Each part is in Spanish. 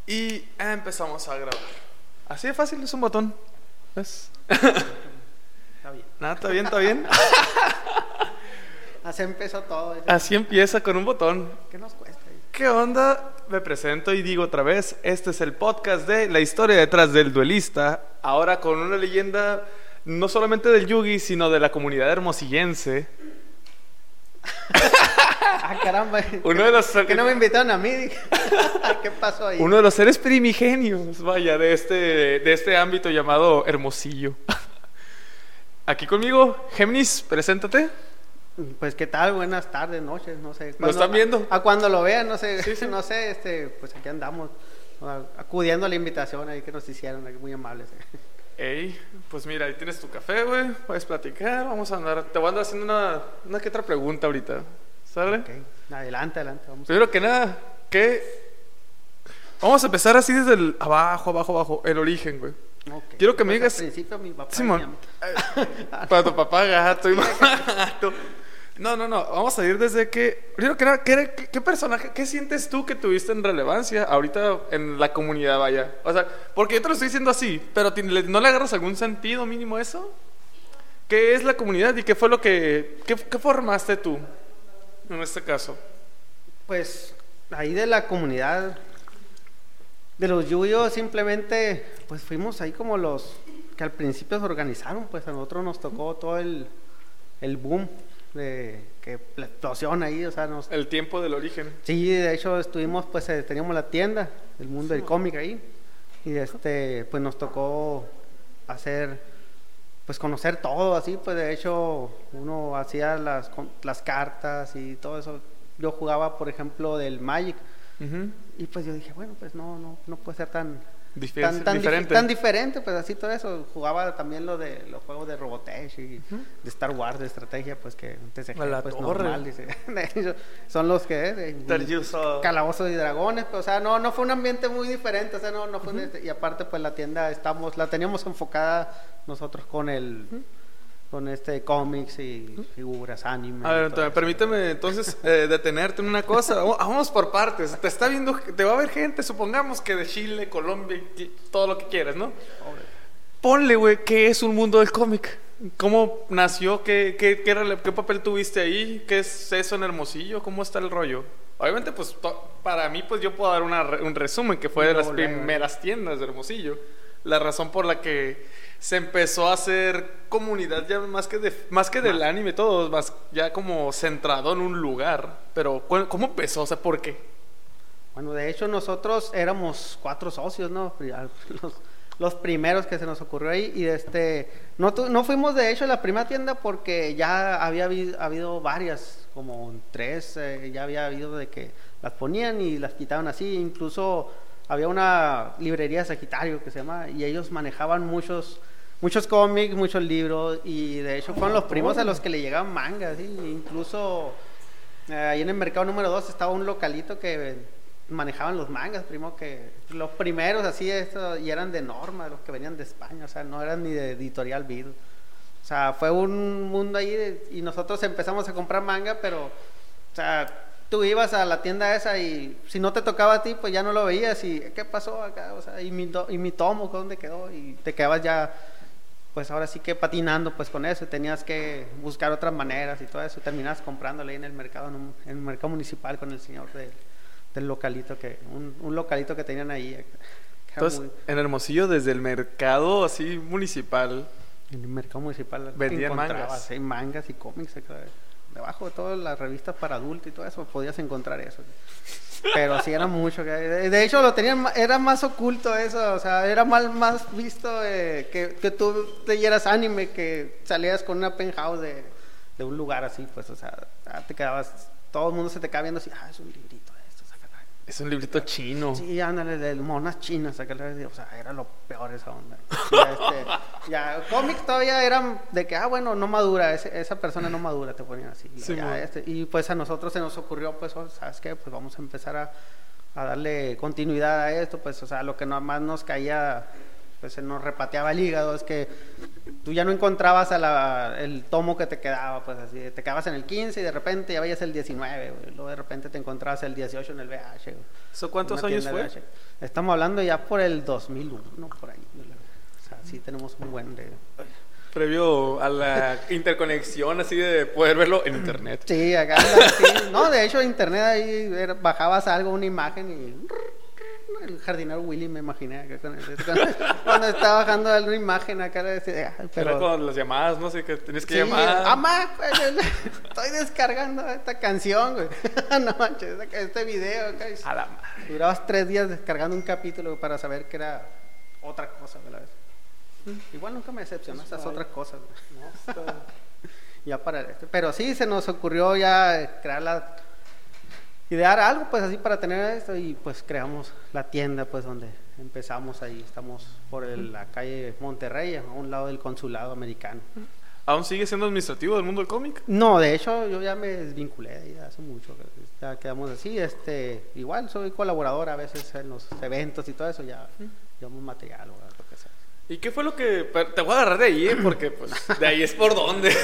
Y empezamos a grabar. Así de fácil, es un botón. ¿Ves? Está bien. Nada, está bien, está bien. Así empezó todo. Así empieza con un botón. ¿Qué nos cuesta? ¿Qué onda? Me presento y digo otra vez, este es el podcast de la historia detrás del duelista. Ahora con una leyenda no solamente del Yugi, sino de la comunidad hermosillense. Ah, caramba. Uno de los... ¿Por qué no me invitaron a mí? ¿Qué pasó ahí? Uno de los seres primigenios, vaya, de este ámbito llamado Hermosillo. Aquí conmigo, Géminis, preséntate. Pues qué tal, buenas tardes, noches, no sé. ¿Lo están viendo? A cuando lo vean, no sé, Sí, sí. no sé, pues aquí andamos, acudiendo a la invitación ahí que nos hicieron, muy amables. Ey, pues mira, ahí tienes tu café, güey, puedes platicar, vamos a andar, te voy a andar haciendo una que otra pregunta ahorita, ¿sale? Ok, adelante, vamos. Primero que nada, vamos a empezar así desde el abajo, el origen, güey. Okay. Quiero que me Pues, digas... Al principio mi papá Simón, para tu papá gato y mamá gato. No, vamos a ir desde que... Primero que nada, ¿qué personaje, qué sientes tú que tuviste en relevancia ahorita en la comunidad, vaya? O sea, porque yo te lo estoy diciendo así, pero ¿no le agarras algún sentido mínimo a eso? ¿Qué es la comunidad y qué fue lo que... ¿Qué formaste tú en este caso? Pues ahí de la comunidad de los yuyos simplemente pues fuimos ahí como los que al principio se organizaron, pues a nosotros nos tocó todo el boom de que la explosión ahí, o sea, El tiempo del origen. sí, de hecho estuvimos, pues teníamos la tienda, el mundo del cómic ahí, y pues nos tocó pues conocer todo así, pues de hecho uno hacía las cartas y todo eso. Yo jugaba, por ejemplo, del Magic, y pues yo dije, bueno, pues no puede ser tan diferente, pues así todo eso. Jugaba también los juegos de Robotech y de Star Wars, de estrategia, pues que TCG, pues normal, dice. Son los que Calabozos y Dragones, pues, o sea, no fue un ambiente muy diferente, o sea, no fue y aparte pues la tienda la teníamos enfocada nosotros con cómics y figuras, anime. A ver, permíteme entonces detenerte en una cosa. Vamos por partes. Te está viendo, te va a ver gente, supongamos que de Chile, Colombia, todo lo que quieras, ¿no? Ponle, güey, ¿qué es un mundo del cómic? ¿Cómo nació? ¿Qué papel tuviste ahí? ¿Qué es eso en Hermosillo? ¿Cómo está el rollo? Obviamente, pues, para mí, pues yo puedo dar un resumen que fue de las primeras tiendas de Hermosillo. La razón por la que se empezó a hacer comunidad ya más que del anime, todo, más ya como centrado en un lugar. Pero, ¿cómo empezó? O sea, ¿por qué? Bueno, de hecho nosotros éramos 4 socios, ¿no? Los primeros que se nos ocurrió ahí, y no fuimos de hecho a la primera tienda porque ya había habido varias, como 3, ya había habido de que las ponían y las quitaban así. Incluso había una librería Sagitario que se llama, y ellos manejaban muchos cómics, muchos libros, y de hecho fueron los primos a los que le llegaban mangas, ¿sí? Incluso ahí en el mercado número 2 estaba un localito que manejaban los mangas, que los primeros así, y eran de Norma, los que venían de España, o sea, no eran ni de Editorial Vid. O sea, fue un mundo ahí y nosotros empezamos a comprar manga, pero, o sea, tú ibas a la tienda esa y si no te tocaba a ti, pues ya no lo veías. Y ¿qué pasó acá? O sea, y mi tomo, ¿dónde quedó? Y te quedabas ya, pues ahora sí que patinando pues con eso. Tenías que buscar otras maneras y todo eso. Terminabas comprándole en el mercado, en el mercado municipal con el señor del localito, un localito que tenían ahí. Entonces, en Hermosillo, desde el mercado así municipal, en el mercado municipal vendían mangas. Sí, mangas y cómics. Debajo de todas las revistas para adultos y todo eso podías encontrar eso, pero sí era mucho. De hecho lo tenían, era más oculto eso, o sea, era más visto que tú leyeras anime, que salías con una penthouse de un lugar así, pues, o sea, te quedabas, todo el mundo se te quedaba viendo así, es un librito de esto, sácala. Es un librito chino. Sí, ándale, de monas chinas, sácala. O sea, era lo peor esa onda. Ya cómics todavía eran de que, bueno, no madura, esa persona no madura, te ponían así. Sí, y pues a nosotros se nos ocurrió, pues, ¿sabes qué? Pues vamos a empezar a darle continuidad a esto, pues, o sea, lo que nomás nos caía pues se nos repateaba el hígado, es que tú ya no encontrabas el tomo que te quedaba, pues así, te quedabas en el 15 y de repente ya veías el 19, güey, luego de repente te encontrabas el 18 en el VH, güey. ¿Eso cuántos años fue? VH. Estamos hablando ya por el 2001, por ahí, o sea, sí tenemos un buen... Previo a la interconexión, así de poder verlo en internet. Sí, acá, sí. No, de hecho, internet ahí bajabas algo, una imagen y el jardinero Willy, me imaginé acá cuando estaba bajando alguna imagen acá, pero era con las llamadas, no sé, que tenías que sí, llamar. Mamá, estoy descargando esta canción, güey. No manches, este video acá. A la madre. Durabas 3 días descargando un capítulo para saber que era otra cosa, ¿verdad? Igual nunca me decepcionó esas otras cosas. No, ya pero sí se nos ocurrió ya idear algo pues así para tener esto y pues creamos la tienda pues donde empezamos ahí. Estamos por la calle Monterrey, a un lado del consulado americano. ¿Aún sigue siendo administrativo del mundo del cómic? No, de hecho yo ya me desvinculé de ahí hace mucho. Ya quedamos así. Igual soy colaborador a veces en los eventos y todo eso. Ya llevamos material o lo que sea. ¿Y qué fue lo que...? Te voy a agarrar de ahí, porque pues de ahí es por donde.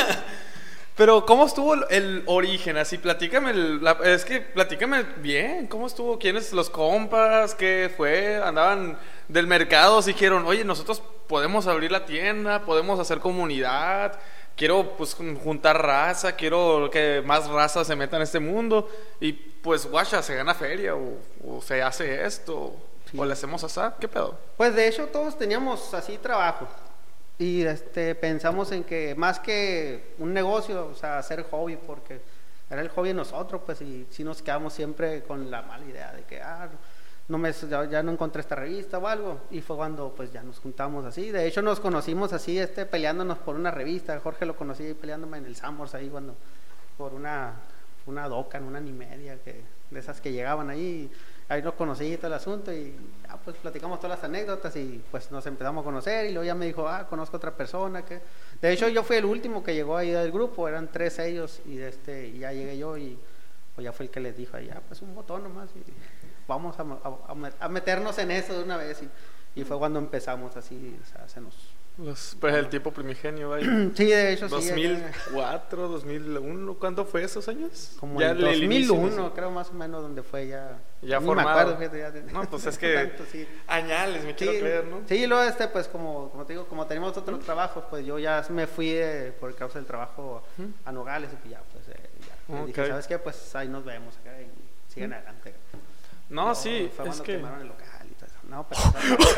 Pero ¿cómo estuvo el origen? Así, platícame, platícame bien, ¿cómo estuvo? ¿Quiénes los compas? ¿Qué fue? ¿Andaban del mercado? Si dijeron, oye, nosotros podemos abrir la tienda, podemos hacer comunidad, quiero pues juntar raza, quiero que más raza se meta en este mundo y pues guacha, se gana feria o se hace esto... Sí. ¿O le hacemos asar? ¿Qué pedo? Pues de hecho todos teníamos así trabajo y pensamos en que más que un negocio, o sea, hacer hobby, porque era el hobby de nosotros, pues, y sí nos quedamos siempre con la mala idea de que ya no encontré esta revista o algo, y fue cuando pues ya nos juntamos así. De hecho nos conocimos así, peleándonos por una revista. Jorge lo conocí peleándome en el Sambors ahí por una Dokkan, una Animedia, de esas que llegaban ahí. Ahí nos conocí y todo el asunto y pues platicamos todas las anécdotas y pues nos empezamos a conocer y luego ya me dijo, conozco a otra persona que... De hecho yo fui el último que llegó ahí del grupo, eran 3 ellos y y ya llegué yo y pues ya fue el que les dijo, pues un botón nomás y vamos a meternos en eso de una vez y fue cuando empezamos así, o sea, se nos... Pues el tiempo primigenio, vaya. Sí, de hecho 2004, 2001, ¿cuánto fue esos años? Como ya en 2001, creo más o menos, donde fue ya formado. Me acuerdo, no, pues es que tanto, sí. Añales, me quiero creer, ¿no? Sí, luego pues como te digo, como teníamos otros trabajos, pues yo ya me fui por causa del trabajo a Nogales y ya pues dije, ¿sabes qué? Pues ahí nos vemos acá y siguen adelante. No, sí, fue es cuando que... quemaron el local. No, pero...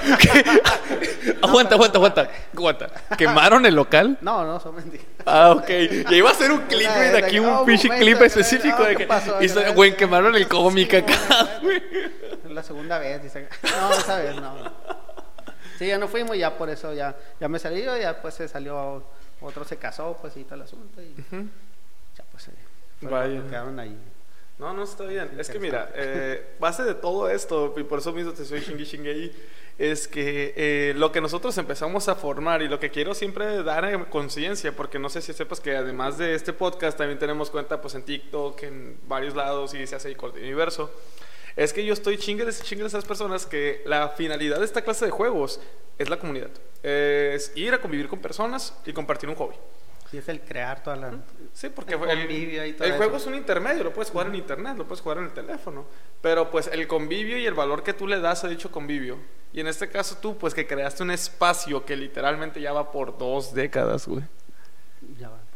Aguanta. ¿Quemaron el local? No, son mentiras. Ok. Ya iba a hacer un clip de aquí, un pinche clip específico de que... Güey, quemaron el cómic acá, güey. La segunda vez, dice. No, esa vez no. Sí, ya no fuimos y ya por eso ya me salí yo, ya pues se salió, otro se casó, pues y todo el asunto y ya pues quedaron ahí. No, está bien. Es que mira, base de todo esto, y por eso mismo te soy chingue ahí, es que lo que nosotros empezamos a formar y lo que quiero siempre dar en conciencia, porque no sé si sepas que además de este podcast también tenemos cuenta pues en TikTok, en varios lados y se hace el universo, es que yo estoy chingue a esas personas que la finalidad de esta clase de juegos es la comunidad, es ir a convivir con personas y compartir un hobby. Sí, es el crear toda la... Sí, porque el juego es un intermedio, lo puedes jugar en internet, lo puedes jugar en el teléfono, pero pues el convivio y el valor que tú le das a dicho convivio, y en este caso tú pues que creaste un espacio que literalmente ya va por 2 décadas, güey. Ya va,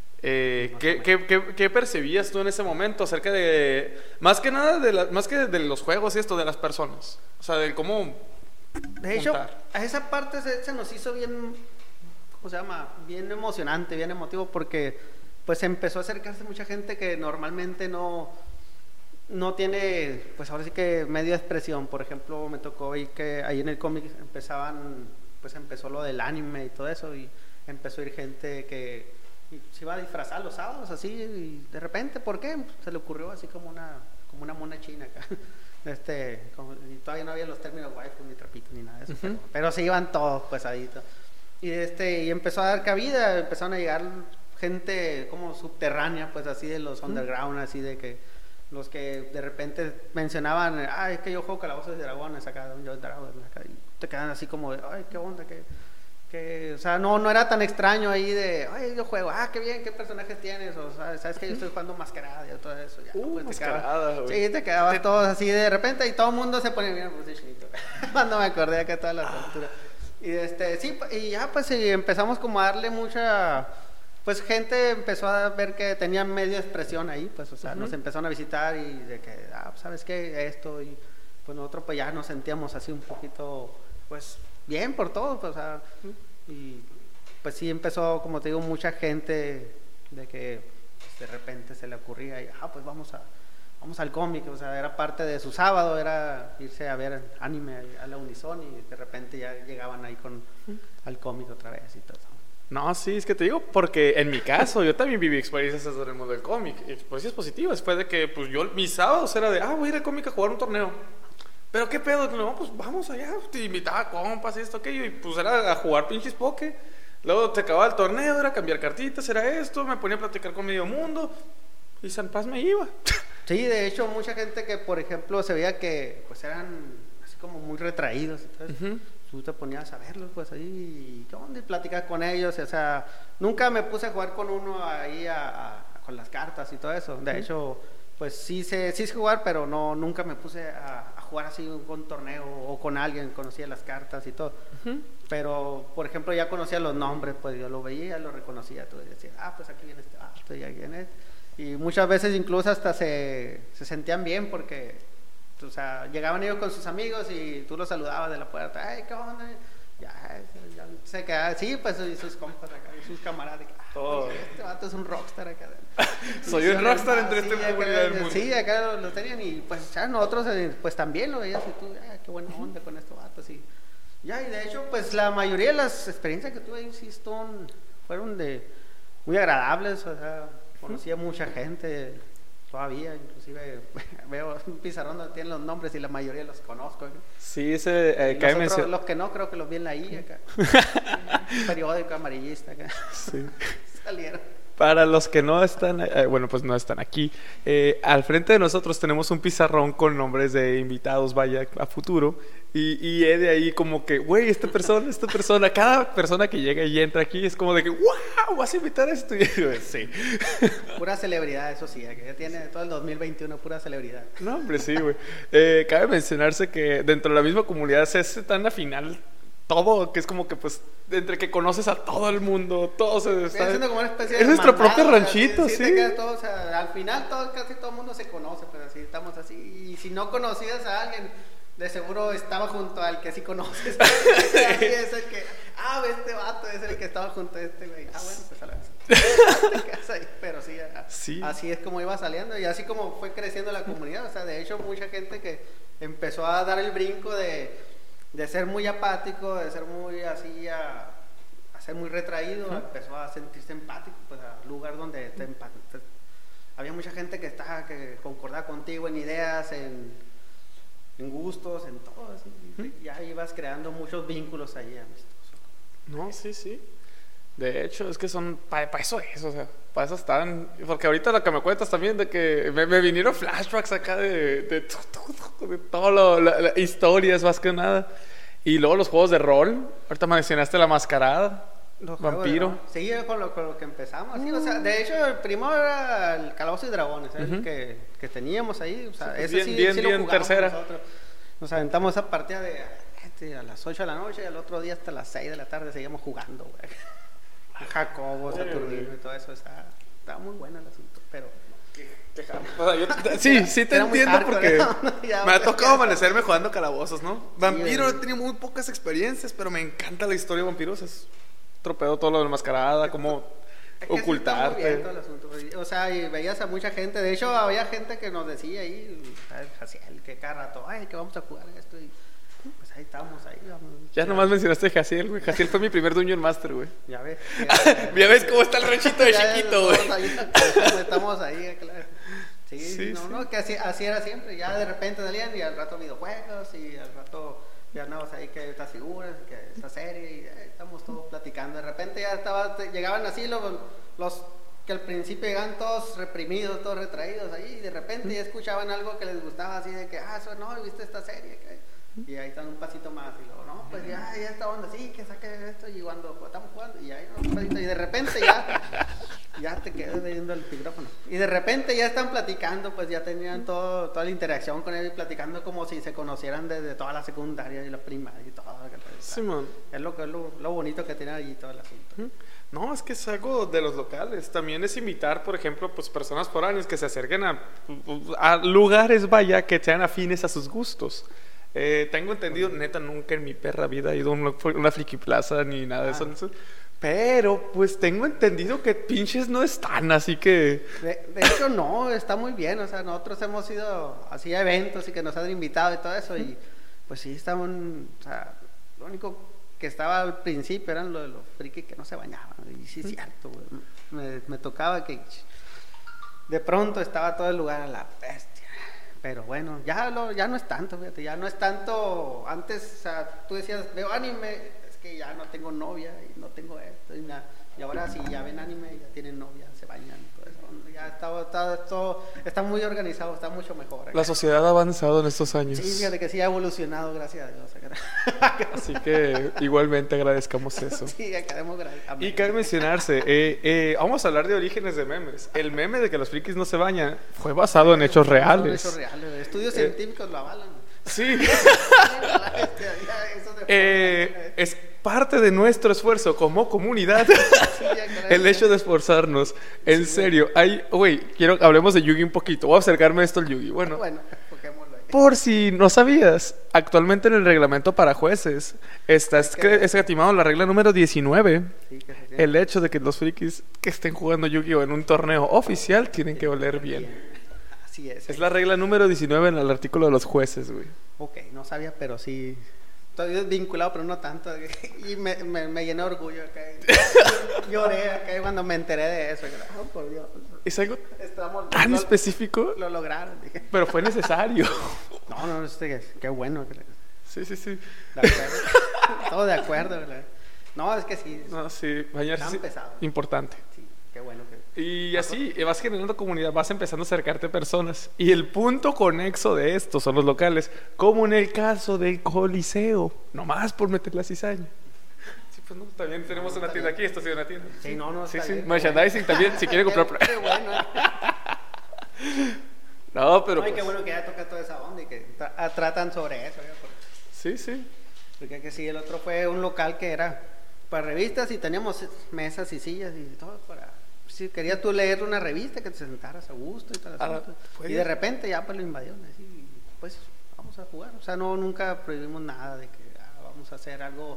¿Qué percibías tú en ese momento acerca de, más que nada más que de los juegos y esto, de las personas? O sea, de cómo... De hecho, a esa parte se nos hizo bien... ¿Cómo se llama? Bien emocionante, bien emotivo, porque pues empezó a acercarse mucha gente que normalmente no tiene, pues ahora sí que medio de expresión. Por ejemplo, me tocó ver que ahí en el cómic empezó lo del anime y todo eso, y empezó a ir gente que se iba a disfrazar los sábados así, y de repente, ¿por qué? Se le ocurrió así como una mona china acá. Y todavía no había los términos waifu ni trapito ni nada de eso, pero se iban todos pues ahí. Y empezó a dar cabida, empezaron a llegar gente como subterránea, pues así de los underground, así de que los que de repente mencionaban, es que yo juego Calabozos y Dragones acá, yo Dragones acá, y te quedan así como de, ay, qué onda, o sea, no era tan extraño ahí de, ay, yo juego, qué bien, qué personajes tienes, o sea, sabes que yo estoy jugando Mascarada y todo eso, ya, pues Mascarada, güey. Sí, te quedabas todos así de repente y todo el mundo se ponía bien, pues chinito, cuando me acordé acá todas las aventuras. Y sí, y ya pues empezamos como a darle mucha, pues gente empezó a ver que tenía medio expresión ahí, pues, o sea, nos empezaron a visitar y de que, pues, ¿sabes qué? Esto, y pues nosotros pues ya nos sentíamos así un poquito, pues, bien por todo, pues, o sea, y pues sí empezó, como te digo, mucha gente de que pues, de repente se le ocurría y, pues vamos al cómic, o sea, era parte de su sábado, era irse a ver anime a la Unison y de repente ya llegaban ahí al cómic otra vez y todo eso. No, sí, es que te digo, porque en mi caso yo también viví experiencias en el mundo del cómic, experiencias positivas, fue de que pues yo mis sábados era de, voy a ir al cómic a jugar un torneo. Pero qué pedo, no, pues vamos allá, te invitaba a compas y esto, aquello, y pues era a jugar pinches poke. Luego te acababa el torneo, era cambiar cartitas, era esto, me ponía a platicar con medio mundo y San Paz me iba. Sí, de hecho mucha gente que por ejemplo se veía que pues eran así como muy retraídos y todo eso. Tú te ponías a verlos pues ahí, ¿qué onda? Y platicas con ellos, o sea, nunca me puse a jugar con uno ahí con las cartas y todo eso. De hecho, pues sí sé jugar, pero nunca me puse a jugar así con un torneo o con alguien, conocía las cartas y todo. Pero, por ejemplo, ya conocía los nombres, pues yo lo veía, lo reconocía, tú decías, pues aquí viene este vato y aquí viene este. Y muchas veces incluso hasta se sentían bien porque, o sea, llegaban ellos con sus amigos y tú los saludabas de la puerta, ¡ay, qué onda! Ya se quedaban, sí, pues y sus compas acá, y sus camaradas, este vato es un rockstar acá. Soy un rockstar entre este mundo y el mundo. Sí, acá lo tenían y pues ya nosotros pues también lo veías y tú, qué buena onda con este vato, así. Ya, y de hecho, pues la mayoría de las experiencias que tuve ahí sí fueron muy agradables, o sea, conocí a mucha gente todavía, inclusive veo un pizarrón donde tienen los nombres y la mayoría los conozco. Sí, los que no, creo que los vi en la I acá. Un periódico amarillista acá. Sí. Salieron. Para los que no están, bueno, pues no están aquí, al frente de nosotros tenemos un pizarrón con nombres de invitados, vaya, a futuro, y de ahí como que, güey, esta persona, cada persona que llega y entra aquí es como de que, wow, vas a invitar a esto, y yo, sí. Pura celebridad, eso sí, que ya tiene todo el 2021, pura celebridad. No, hombre, sí, güey. Cabe mencionarse que dentro de la misma comunidad se hace tan afinal todo, que es como que pues entre que conoces a todo el mundo, todo se está haciendo como una especie de es nuestro propio ranchito, sí. Todo, o sea, al final casi todo el mundo se conoce, pues así estamos así, y si no conocías a alguien, de seguro estaba junto al que sí conoces. Así es el que, este vato es el que estaba junto a este güey. Bueno, pues a la vez. Te quedas ahí, pero sí, así es como iba saliendo y así como fue creciendo la comunidad, o sea, de hecho mucha gente que empezó a dar el brinco de ser muy apático, de ser muy así, a ser muy retraído, empezó a sentirse empático, pues al lugar donde había mucha gente que concordaba contigo en ideas, en gustos, en todo, así, ya ibas creando muchos vínculos ahí amistosos. No, sí. De hecho, es que son, para eso es, o sea, para eso están, porque ahorita lo que me cuentas también de que me vinieron flashbacks acá de todo las historias más que nada, y luego los juegos de rol, ahorita mencionaste la mascarada, vampiro. Sí, con lo que empezamos, sí, o sea, de hecho el primero era el Calabozos y Dragones, el que teníamos ahí, o sea, ese sí lo jugamos tercera. Nosotros. Nos aventamos esa partida a las 8 de la noche y al otro día hasta las 6 de la tarde seguíamos jugando, güey. Jacobo, Saturnino y todo eso, estaba muy bueno el asunto, pero sí te entiendo porque me ha tocado amanecerme jugando calabozos, ¿no? Vampiro he tenido muy pocas experiencias, pero me encanta la historia de vampiros, es tropedo todo lo de la mascarada, como ocultarte. O sea, y veías a mucha gente, de hecho había gente que nos decía ahí, Jaciel, que cada rato, que vamos a jugar esto y pues ahí estábamos, Ya nomás mencionaste a Jaciel, güey. Jaciel fue mi primer Dungeon Master, güey. Ya ves. Ya ves cómo está el ranchito de chiquito, güey. Estamos ahí, claro. Sí, que así era siempre. Ya de repente salían y al rato videojuegos y al rato ya andamos ahí que estas figuras, que esta serie y estamos todos platicando. De repente ya llegaban así los que al principio llegaban todos reprimidos, todos retraídos ahí, y de repente ya escuchaban algo que les gustaba, así de que, eso no, ¿viste esta serie? Y ahí están un pasito más, y luego, no, pues ya esta onda, sí, que saque esto, y cuando estamos jugando, y ahí un pasito, y de repente ya te quedas viendo el micrófono, y de repente ya están platicando, pues ya tenían toda la interacción con él, y platicando como si se conocieran desde toda la secundaria y la primaria y todo. Simón. Es lo bonito que tiene allí todo el asunto. No, es que es algo de los locales. También es invitar, por ejemplo, pues personas foráneas que se acerquen a lugares, vaya, que sean afines a sus gustos. Tengo entendido, neta, nunca en mi perra vida he ido a una friki plaza ni nada de eso. Pero, pues tengo entendido que pinches no están, así que... De hecho, no, está muy bien. O sea, nosotros hemos ido así a eventos y que nos han invitado y todo eso. Y pues sí, estaban... O sea, lo único que estaba al principio eran lo de los frikis que no se bañaban. Y sí, es cierto, güey. Me tocaba que de pronto estaba todo el lugar a la bestia. Pero bueno, ya no es tanto, fíjate, ya no es tanto. Antes, o sea, tú decías, veo anime, es que ya no tengo novia y no tengo esto y nada. Y ahora sí, ya ven anime, ya tienen novia, se bañan, todo eso. Ya está muy organizado, está mucho mejor. Acá. La sociedad ha avanzado en estos años. Sí, fíjate que sí ha evolucionado, gracias a Dios. Así que igualmente agradezcamos eso. Sí, acabemos y cabe mencionarse, vamos a hablar de orígenes de memes. El meme de que los frikis no se bañan fue basado en hechos reales. Estudios científicos lo avalan. Sí. Es parte de nuestro esfuerzo como comunidad. El hecho de esforzarnos. En serio. Hablemos de Yugi un poquito. Voy a acercarme a esto al Yugi. Bueno, por si no sabías, actualmente en el reglamento para jueces está escatimado la regla número 19. El hecho de que los frikis que estén jugando Yu-Gi-Oh en un torneo oficial tienen que oler bien. Así es. Es la regla número 19 en el artículo de los jueces, güey. Ok, no sabía, pero sí. Estoy vinculado, pero no tanto. Y me llené de orgullo acá. Lloré acá cuando me enteré de eso. Oh, por Dios. Es algo tan específico. Lo lograron, dije. Pero fue necesario. No, qué bueno. Sí. De acuerdo. Todo de acuerdo, ¿verdad? No, es que sí. No, sí, bañarse es importante. Sí, qué bueno que... Y así vas generando comunidad, vas empezando a acercarte a personas. Y el punto conexo de esto son los locales, como en el caso del Coliseo, nomás por meter la cizaña. Sí, pues no, también tenemos una tienda aquí, esto ha sido una tienda. Sí, no, sí. Bien, merchandising también, si quieren comprar. Qué bueno. No, pero. Ay, qué bueno que ya toca toda esa onda y que tratan sobre eso. Sí. Porque que sí, el otro fue un local que era para revistas y teníamos mesas y sillas y todo para... Si querías tú leer una revista, que te sentaras a gusto y tal asunto. Y de repente ya pues lo invadieron así, pues vamos a jugar. O sea, nunca prohibimos nada de que vamos a hacer algo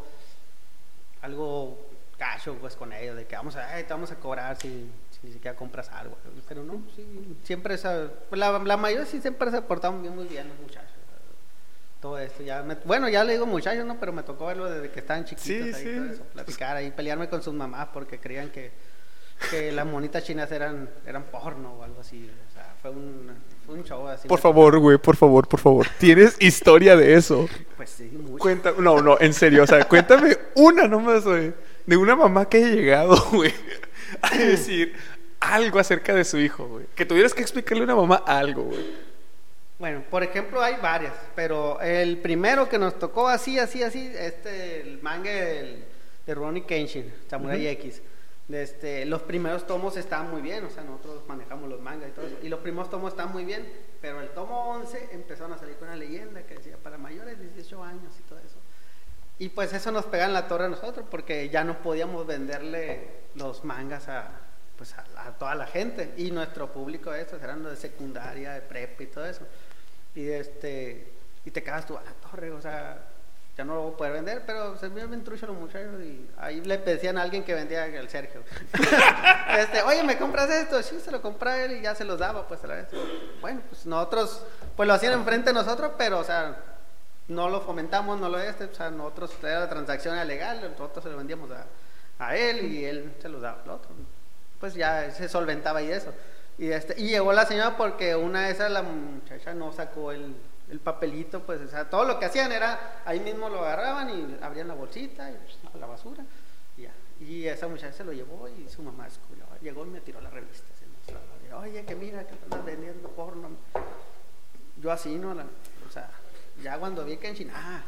cacho pues con ellos, de que te vamos a cobrar si ni siquiera compras algo. Pero no, sí, siempre pues la mayoría sí siempre se portaron muy bien los muchachos. Todo esto, ya le digo muchachos, ¿no? Pero me tocó verlo desde que estaban chiquitos ahí, todo eso, platicar ahí, pelearme con sus mamás porque creían que las monitas chinas eran porno o algo así. O sea, fue un show así. Por favor, güey, por favor. ¿Tienes historia de eso? Pues sí, mucho. No, en serio, o sea, cuéntame una nomás, güey, de una mamá que haya llegado, güey, a decir algo acerca de su hijo, güey. Que tuvieras que explicarle a una mamá algo, güey. Bueno, por ejemplo, hay varias, pero el primero que nos tocó así, el manga de Rurouni Kenshin, Samurai X. Los primeros tomos estaban muy bien, o sea, nosotros manejamos los mangas y todo eso, y los primeros tomos estaban muy bien, pero el tomo 11 empezaron a salir con una leyenda que decía para mayores de 18 años y todo eso, y pues eso nos pega en la torre a nosotros, porque ya no podíamos venderle los mangas a toda la gente, y nuestro público eran los de secundaria, de prepa y todo eso, y te quedas tú a la torre, o sea, ya no lo voy a poder vender, pero se me bien trucho los muchachos y ahí le pedían a alguien que vendía el Sergio. Oye, ¿me compras esto? Sí, se lo compré él y ya se los daba, pues a la vez. Bueno, pues nosotros, pues lo hacían enfrente de nosotros, pero, o sea, no lo fomentamos, o sea, nosotros, la transacción era legal, nosotros se lo vendíamos a él y él se los daba al otro. Pues ya se solventaba y eso. Y llegó la señora porque una de esas, la muchacha no sacó el papelito, pues, o sea, todo lo que hacían era, ahí mismo lo agarraban y abrían la bolsita y a la basura. Y ya. Y esa muchacha se lo llevó y su mamá llegó y me tiró la revista. Oye, que mira, que andas vendiendo porno. Yo así, ¿no? O sea, ya cuando vi que en China...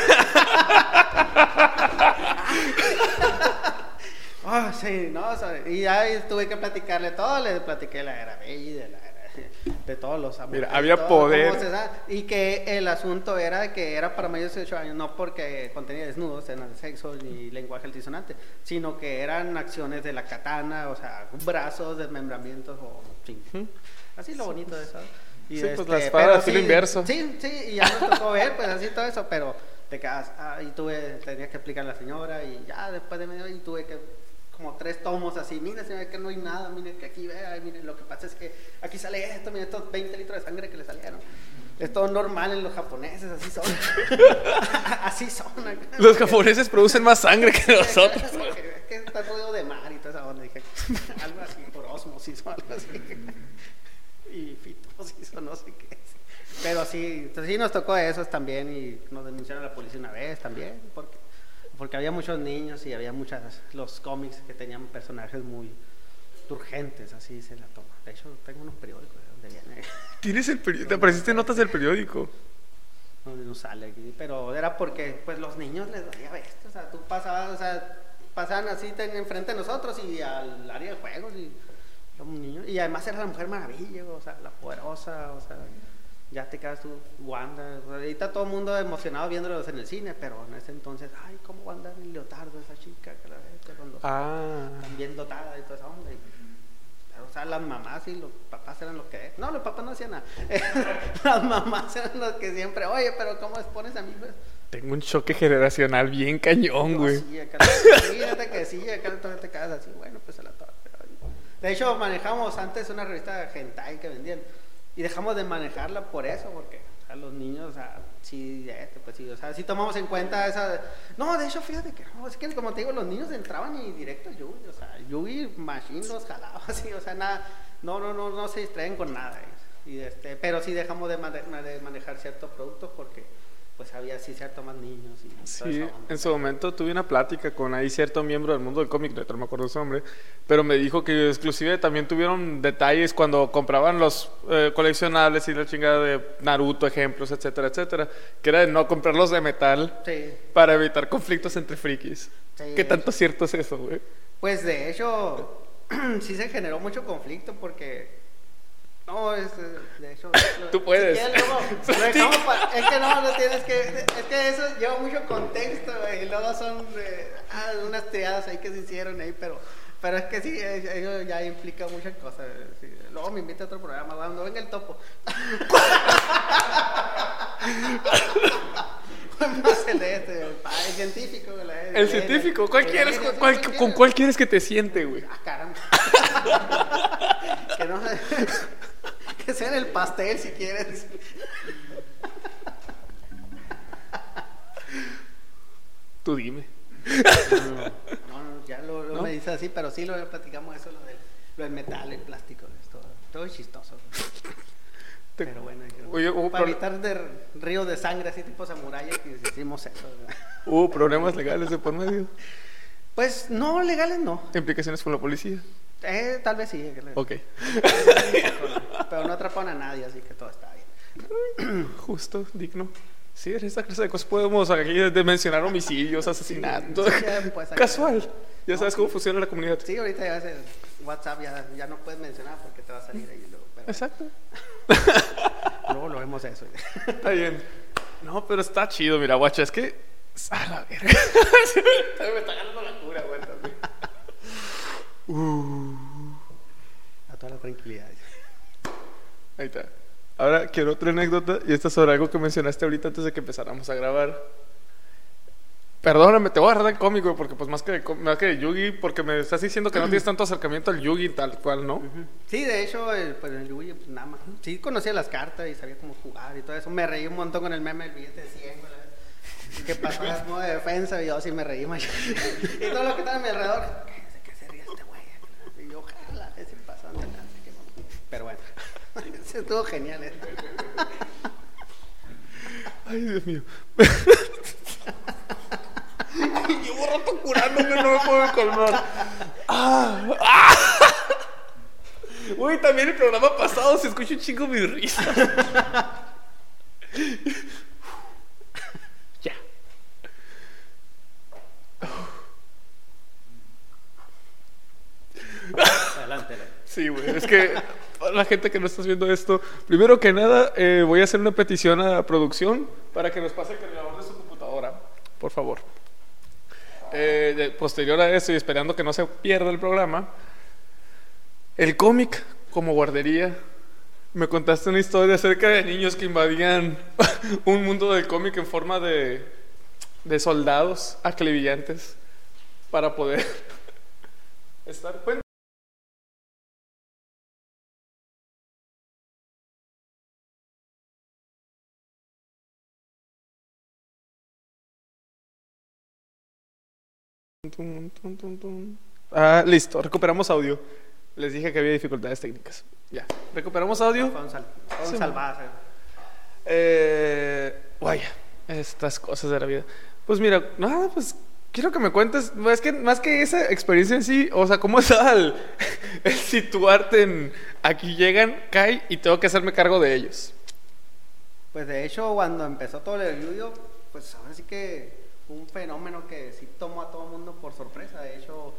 Oh, sí, no, o sea, y ya tuve que platicarle todo, le platiqué la era bella, de todos los amores. Mira, había poder. Y que el asunto era que era para mayores de 18 años, no porque contenía desnudos, escenas de sexo ni lenguaje altisonante, sino que eran acciones de la katana, o sea, brazos, desmembramientos, o sí. Así lo bonito de eso. Y sí, pues la espada, así lo inverso. Sí, y ya nos tocó ver, pues así todo eso, pero te quedas, y tenía que explicar a la señora, y ya después de medio, y tuve que como 3 tomos así, mire señora que no hay nada, mire que aquí vea, mire lo que pasa es que aquí sale esto, mire estos 20 litros de sangre que le salieron. Es todo normal en los japoneses, así son. Así son. Los japoneses producen más sangre que nosotros. Es que está rodeado de mar y toda esa onda, dije, algo así, por osmosis o algo así. Y fitosis o no sé qué es. Pero sí, entonces sí nos tocó eso también y nos denunciaron a la policía una vez también, porque había muchos niños y había los cómics que tenían personajes muy urgentes, así se la toma. De hecho, tengo unos periódicos de donde viene. ¿Tienes el periódico? ¿Te apareciste notas del periódico? No sale aquí, pero era porque pues los niños les daría bestia, o sea, tú pasabas, o sea, pasaban así enfrente de nosotros y al área de juegos y los niños, y además era la Mujer Maravilla, o sea, la poderosa, o sea, ya te quedas tú, Wanda, ahorita todo el mundo emocionado viéndolos en el cine, pero en ese entonces, ay, cómo va a andar el leotardo esa chica que la ves con los tan bien dotada y toda esa onda. Pero, o sea, las mamás y los papás eran los que... No, los papás no hacían nada. Las mamás eran los que siempre, oye, pero ¿cómo expones a mí? Pues, tengo un choque generacional bien cañón, güey. Sí, acá fíjate que sí, acá todavía te quedas así, bueno, pues se la toca. De hecho, manejamos antes una revista hentai que vendían. Y dejamos de manejarla por eso, porque o sea, los niños, o sea, sí, pues sí, o sea, sí tomamos en cuenta esa... No, de hecho, fíjate que no, es que como te digo, los niños entraban y directo a Yugi, o sea, Yugi Machine los jalaba así, o sea, nada, no se distraen con nada. Pero sí dejamos de manejar ciertos productos porque pues había sí cierto más niños. Y sí, en su momento tuve una plática con ahí cierto miembro del mundo del cómic, no me acuerdo su nombre, pero me dijo que exclusive también tuvieron detalles cuando compraban los coleccionables y la chingada de Naruto, ejemplos, etcétera, etcétera, que era de no comprarlos de metal para evitar conflictos entre frikis. Sí, ¿qué tanto cierto es eso, güey? Pues de hecho, sí se generó mucho conflicto porque... No, de hecho... Tú puedes. Es que no tienes que... Es que eso lleva mucho contexto, güey. Y luego son unas triadas ahí que se hicieron ahí, pero es que sí, eso ya implica muchas cosas. Sí. Luego me invita a otro programa, cuando venga el topo. Más el científico. El científico, ¿con cuál quieres que te siente, güey? Ah, caramba. Que no que sea en el pastel si quieres. Tú dime. No, ya lo me dice así, pero sí lo platicamos eso, lo del metal, el plástico, todo es chistoso. Pero bueno, para evitar ríos de sangre así tipo samurái que hicimos eso. ¿Hubo problemas legales de por medio? Pues no, legales no. ¿Implicaciones con la policía? Tal vez sí. Ok. Pero no atraparon a nadie, así que todo está bien. Justo, digno. Sí, en esta clase de cosas podemos aquí de mencionar homicidios, asesinatos. Sí, casual. Ya sabes cómo funciona la comunidad. Sí, ahorita ya hace WhatsApp, ya no puedes mencionar porque te va a salir ahí luego. Pero... Exacto. Luego lo vemos eso. Está bien. No, pero está chido, mira, guacha, es que... A la verga. Me está ganando la cura, güey, también. A toda la tranquilidad. Ahí está. Ahora quiero otra anécdota, y esta es sobre algo que mencionaste ahorita antes de que empezáramos a grabar. Perdóname, te voy a agarrar del cómic, güey, porque pues más que de Yugi, porque me estás diciendo que no tienes tanto acercamiento al Yugi tal cual, ¿no? Sí, de hecho, pues el Yugi, pues nada más. Sí conocía las cartas y sabía cómo jugar y todo eso. Me reí un montón con el meme del billete de 100, güey. Que pasó a modo de defensa y yo sí me reí más. Y todo lo que estaba a mi alrededor, ¿qué se ríe este güey? Y yo, ojalá, ese pasó ante nada. Pero bueno, se estuvo genial esto. Ay, Dios mío. Llevo rato curándome, no me puedo escucho un chingo mi risa. Ya. Adelante. Sí, güey. Es que para la gente que no está viendo esto, primero que nada, voy a hacer una petición a producción para que nos pase el cargador de su computadora, por favor. Posterior a eso y esperando que no se pierda el programa, el cómic como guardería. Me contaste una historia acerca de niños que invadían un mundo del cómic en forma de soldados aclivillantes para poder estar. Listo, recuperamos audio. Les dije que había dificultades técnicas. Ya, recuperamos audio. Fueron salvadas. Vaya, estas cosas de la vida. Pues mira, nada, pues quiero que me cuentes. Es que más que esa experiencia en sí, o sea, ¿cómo está el situarte en aquí llegan, caen y tengo que hacerme cargo de ellos? Pues de hecho, cuando empezó todo el lluvio, pues ahora sí que fue un fenómeno que sí tomó a todo el mundo por sorpresa. De hecho,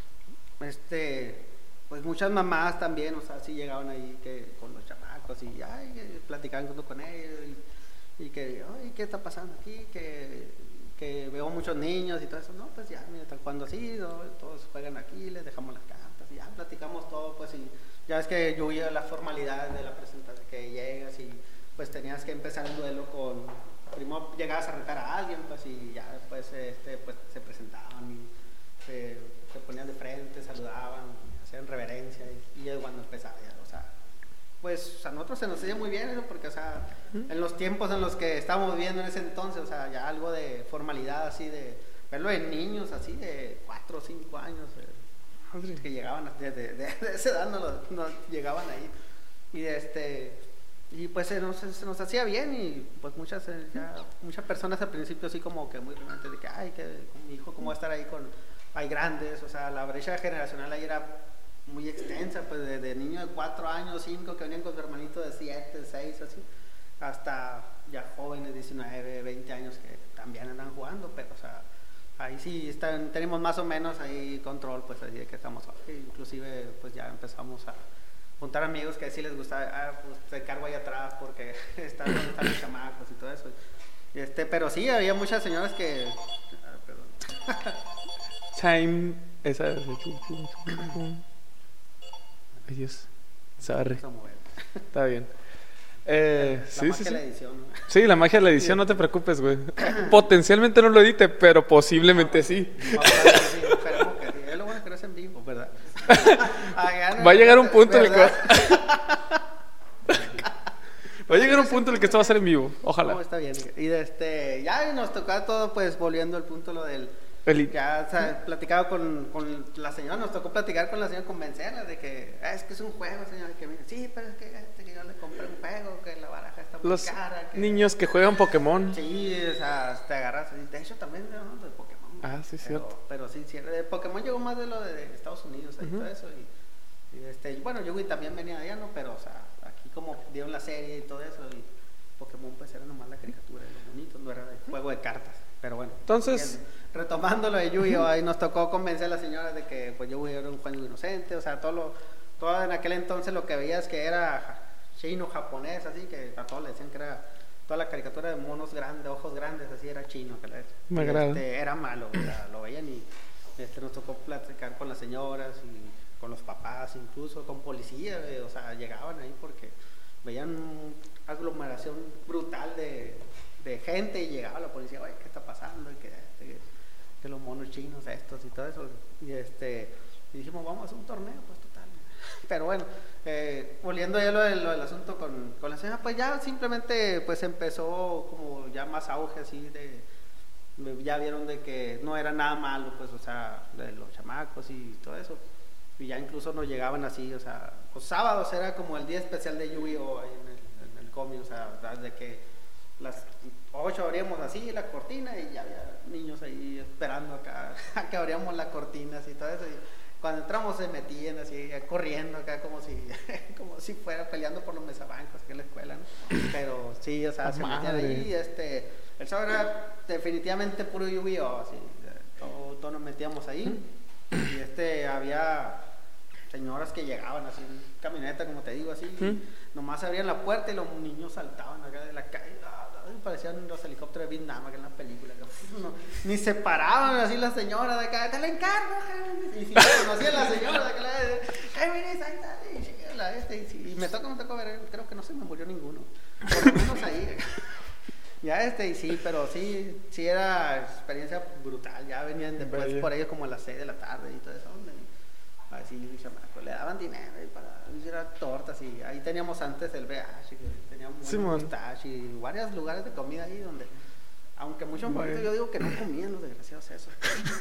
pues muchas mamás también, o sea, sí llegaban ahí que con los chamacos y ya platicaban junto con ellos y que, ay, ¿qué está pasando aquí? Que veo muchos niños y todo eso. No, pues ya, mira, tal cuando así, ¿no? Todos juegan aquí, les dejamos las cartas y ya platicamos todo, pues, y ya es que yo iba a la formalidad de la presentación, que llegas y pues tenías que empezar un duelo con, primero llegabas a retar a alguien, pues, y ya después pues se presentaban y se ponían de frente, saludaban, hacían reverencia y es cuando empezaba ya, o sea, pues a nosotros se nos hacía muy bien eso porque, o sea, en los tiempos en los que estábamos viviendo en ese entonces, o sea, ya algo de formalidad así, de verlo en niños así de 4 o 5 años, que llegaban desde de esa edad no llegaban ahí y pues se nos hacía bien y pues muchas personas al principio así como que muy realmente de que, ay, que con mi hijo, ¿cómo va a estar ahí hay grandes? O sea, la brecha generacional ahí era muy extensa, pues de niños de 4 años, 5 que venían con su hermanito de 7, 6, así, hasta ya jóvenes, 19, 20 años que también andan jugando, pero o sea, ahí sí tenemos más o menos ahí control, pues así de que estamos, inclusive pues ya empezamos a juntar amigos que sí les gusta, pues te cargo ahí atrás porque están los chamacos y todo eso. Pero sí, había muchas señoras que... perdón. Time, esa es... Ay, Dios, sorry. Está bien. La magia de la edición, ¿no? Sí, la magia de la edición, no te preocupes, güey. Potencialmente no lo edite, pero posiblemente sí. Esperemos que sí. Es lo bueno que no es en vivo, ¿verdad? Va a llegar un punto en el que... Va a llegar un punto en el que esto va a ser en vivo, ojalá. No, está bien. Y ya nos tocaba todo, pues, volviendo al punto lo del... Ya, o sea, platicaba con la señora, nos tocó platicar con la señora, convencerla de que es que es un juego, señora, que sí, pero es que yo le compré un juego, que la baraja está muy cara. Los niños que juegan Pokémon. Sí, o sea, te agarras, de hecho también ¿no? de Pokémon. Ah, sí, cierto. Pero sí, de Pokémon llegó más de lo de Estados Unidos, y todo eso, y bueno, Yugi también venía de allá, ¿no? Pero, o sea, aquí como dieron la serie y todo eso, y Pokémon pues era nomás la caricatura de los bonitos, no era de juego de cartas, pero bueno. Entonces... retomando lo de Yu-Gi-Oh, ahí nos tocó convencer a la señora de que pues Yu-Gi-Oh era un juego inocente, o sea, todo en aquel entonces lo que veías que era chino, japonés, así que a todos le decían que era toda la caricatura de monos grandes, ojos grandes, así era chino, me agrada. Era malo, o sea, lo veían y nos tocó platicar con las señoras y con los papás, incluso con policía, o sea, llegaban ahí porque veían una aglomeración brutal de gente y llegaba la policía, oye, ¿qué está pasando? Y que los monos chinos estos y todo eso y dijimos, vamos a hacer un torneo, pues total. Pero bueno, volviendo ya lo del asunto con la señora, pues ya simplemente pues empezó como ya más auge así ya vieron de que no era nada malo, pues, o sea, de los chamacos y todo eso, y ya incluso nos llegaban así, o sea, los sábados era como el día especial de Yu-Gi-Oh ahí en el cómic, o sea, desde que las 8 abríamos así la cortina y ya había niños ahí esperando acá a que abríamos la cortina y todo eso Cuando entramos se metían así, corriendo acá como si fuera peleando por los mesabancos aquí en la escuela, ¿no? Pero sí, o sea, se metían ahí, el sábado era definitivamente puro Yu-Gi-Oh! Así, todos nos metíamos ahí, y había señoras que llegaban así, en camioneta, como te digo, así, y nomás abrían la puerta y los niños saltaban acá de la calle, parecían los helicópteros de Vietnam acá en las películas, no, ni se paraban así las señoras de acá, te la encargo, y si no conocían la señora de acá, mire, y me tocó ver, creo que no se me murió ninguno, por lo menos ahí, ya y sí, pero sí era experiencia brutal, ya venían después por ellos como a las 6 de la tarde y todo eso, así, chamaco, le daban dinero y para hacer tortas, y ahí teníamos antes el BH, que teníamos mustache y varios lugares de comida ahí donde, aunque muchos momentos yo digo que no comían los desgraciados eso,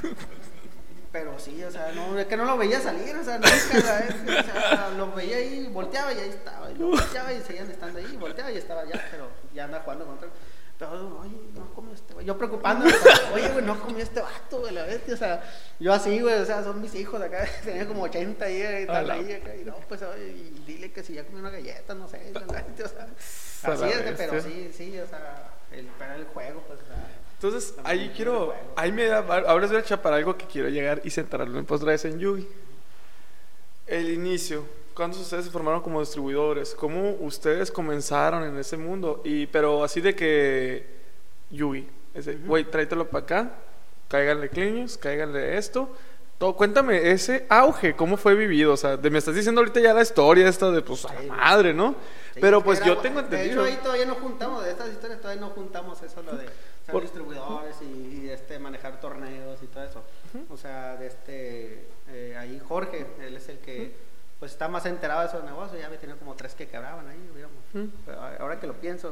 pero sí, o sea, no, es que no lo veía salir, o sea, nunca, o sea, los veía ahí, volteaba y ahí estaba, y lo volteaba y seguían estando ahí, volteaba y estaba ya, pero ya anda jugando contra. Pero, oye, no comió este güey. Yo preocupándome, oye, güey, no comió este vato, güey, la bestia. O sea, yo así, güey, o sea, son mis hijos acá. Tenía como 80 ahí y tal, ahí acá. Y no, pues, oye, y dile que si ya comió una galleta, no sé. La bestia, o sea, así es, pero sí, o sea, para el juego, pues, o sea. Entonces, ahí me da, abres brecha para algo que quiero llegar y centrarlo en postra en Yugi. El inicio. ¿Cuándo ustedes se formaron como distribuidores? ¿Cómo ustedes comenzaron en ese mundo? Pero así de que Yugi, güey, tráetelo para acá, cáiganle cliños, cáiganle esto. Todo, cuéntame ese auge, ¿cómo fue vivido? O sea, me estás diciendo ahorita ya la historia esta de, pues, a la madre, ¿no? Sí, pero pues yo tengo entendido. De hecho, ahí todavía no juntamos, de estas historias todavía no juntamos eso, lo de ser distribuidores y manejar torneos y todo eso. O sea, ahí Jorge, él es el que pues está más enterado de esos negocios, ya había tenido como 3 que quebraban ahí, digamos. Pero ahora que lo pienso,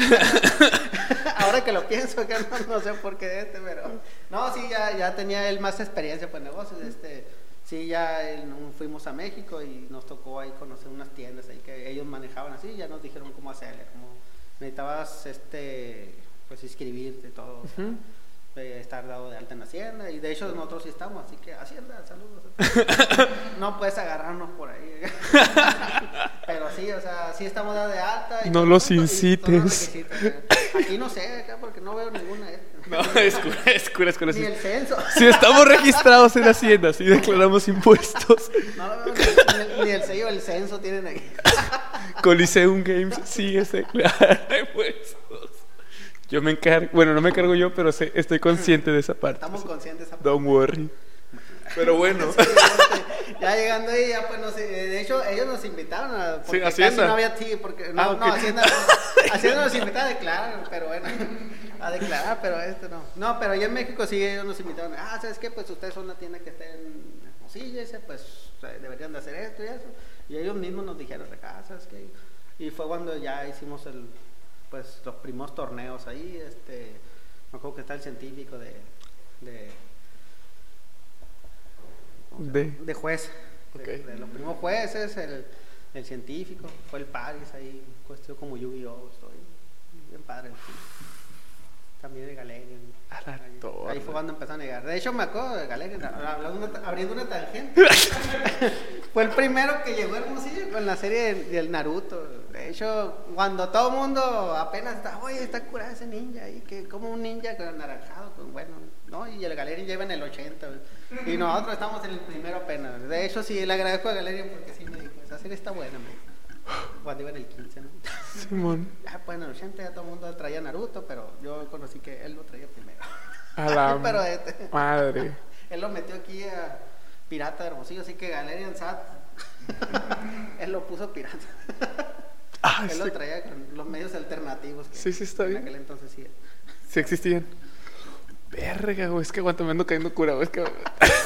que no sé por qué pero no, sí, ya tenía él más experiencia pues negocios, sí, ya fuimos a México y nos tocó ahí conocer unas tiendas ahí que ellos manejaban así, ya nos dijeron cómo hacerle, cómo necesitabas pues inscribirte y todo, o sea, estar dado de alta en Hacienda, y de hecho nosotros sí estamos, así que Hacienda, saludos. No puedes agarrarnos por ahí. Pero sí, o sea, sí estamos dados de alta. Y no los incites. Aquí no sé, acá porque no veo ninguna. No, es cura. Ni el censo. Si estamos registrados en Hacienda, si declaramos impuestos. No lo veo, ni el sello del censo tienen aquí. Coliseum Games sí se declara impuestos. Yo me encargo, bueno, no me encargo yo, pero estoy consciente de esa parte. Estamos conscientes de esa parte. Don't worry. Pero bueno. Sí, ya llegando ahí, ya pues de hecho ellos nos invitaron a, porque sí, Hacienda. Casi no había porque no, okay. Hacienda nos invitaba a declarar, pero bueno, a declarar, pero no, pero allá en México sí ellos nos invitaron, ¿sabes qué? Pues ustedes son una tienda que está en Hermosillo, pues deberían de hacer esto y eso, y ellos mismos nos dijeron acá, ¿sabes qué? Y fue cuando ya hicimos pues los primeros torneos ahí, me acuerdo que está el científico de juez, okay. de los primeros jueces, el científico, fue el Paris ahí, cuestión como Yu-Gi-Oh! Estoy bien padre. También de Galerian. Ahí fue cuando empezó a negar. De hecho, me acuerdo de Galerian, abriendo una tangente. Fue el primero que llegó a Hermosillo con la serie del Naruto. De hecho, cuando todo el mundo apenas está, oye, está curado ese ninja ahí, que como un ninja con anaranjado, pues bueno, ¿no? Y el Galerian lleva en el 80, y nosotros estamos en el primero apenas. De hecho, sí, le agradezco a Galerian porque sí me dijo, esa serie está buena, me dijo. Cuando iba en el 15, ¿no? Simón. Pues en el 80 ya todo el mundo traía Naruto, pero yo conocí que él lo traía primero. A la pero madre. Él lo metió aquí a Pirata de Hermosillo, así que Galerian Sat él lo puso pirata. Él lo traía con los medios alternativos que sí, está bien. En aquel entonces sí existían. Verga, güey, es que aguanta, me ando cayendo cura, güey, es que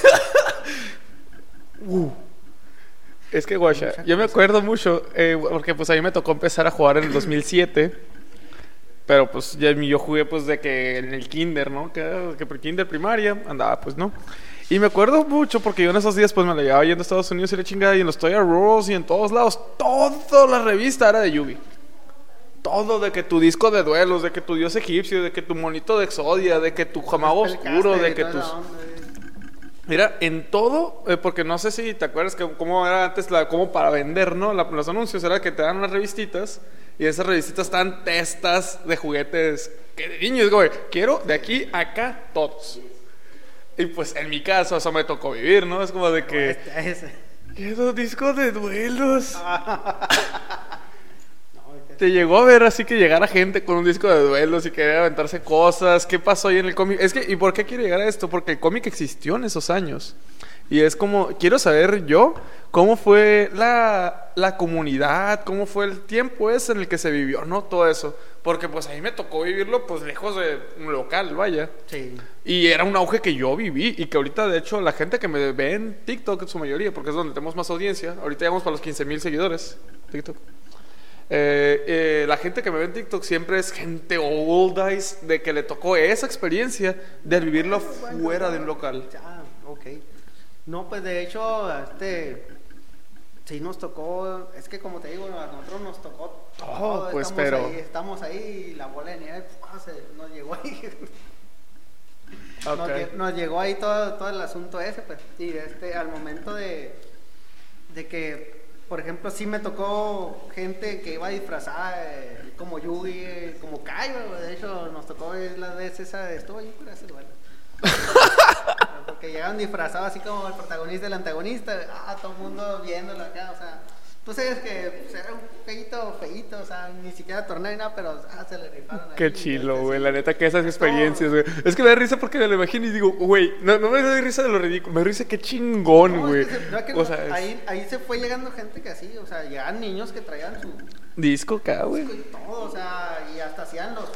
es que guacha, yo me acuerdo mucho porque pues a mí me tocó empezar a jugar en el 2007. Pero pues yo jugué pues de que en el kinder, ¿no? Que por kinder primaria andaba pues, ¿no? Y me acuerdo mucho porque yo en esos días pues me la llevaba yendo a Estados Unidos y la chingada, y en los Toy R Us y en todos lados, toda la revista era de Yugi. Todo, de que tu disco de duelos, de que tu dios egipcio, de que tu monito de Exodia, de que tu Jamago oscuro, de que tus... Mira, en todo, porque no sé si te acuerdas que cómo era antes, como para vender, ¿no? Los anuncios era que te dan unas revistitas y esas revistitas estaban testas de juguetes que de niños, güey, quiero de aquí a acá todos. Y pues en mi caso eso me tocó vivir, ¿no? Es como de que quiero discos de duelos. Te llegó a ver así que llegara gente con un disco de duelos y quería aventarse cosas. ¿Qué pasó ahí en el cómic? Es que, ¿y por qué quiero llegar a esto? Porque el cómic existió en esos años. Y es como, quiero saber yo cómo fue la comunidad, cómo fue el tiempo ese en el que se vivió, ¿no? Todo eso. Porque pues ahí me tocó vivirlo pues lejos de un local, vaya. Sí. Y era un auge que yo viví y que ahorita de hecho la gente que me ve en TikTok en su mayoría, porque es donde tenemos más audiencia, ahorita llegamos para los 15,000 seguidores, TikTok. La gente que me ve en TikTok siempre es gente old eyes de que le tocó esa experiencia de vivirlo fuera de un local. Ah, ok. No, pues de hecho, sí nos tocó, es que como te digo, a nosotros nos tocó todo, pues estamos ahí y la bola de nieve nos llegó ahí. Okay. Nos llegó ahí todo el asunto ese, pues, y al momento de que, por ejemplo, sí me tocó gente que iba disfrazada como Yugi, como Kaiba, de hecho nos tocó la vez esa, estuvo ahí por hacer bueno. Porque llegaron disfrazados así como el protagonista y el antagonista, todo el mundo viéndolo acá, o sea, tú sabes que pues, era un feíto, o sea, ni siquiera torneo ni nada, pero se le rifaron. Qué chilo, güey, la neta que esas experiencias, güey. Es que me da risa porque me lo imagino y digo, güey, no me da risa de lo ridículo, me da risa qué chingón, güey. O sea, ahí se fue llegando gente que así, o sea, llegaban niños que traían su disco acá, güey. Y todo, o sea, y hasta hacían los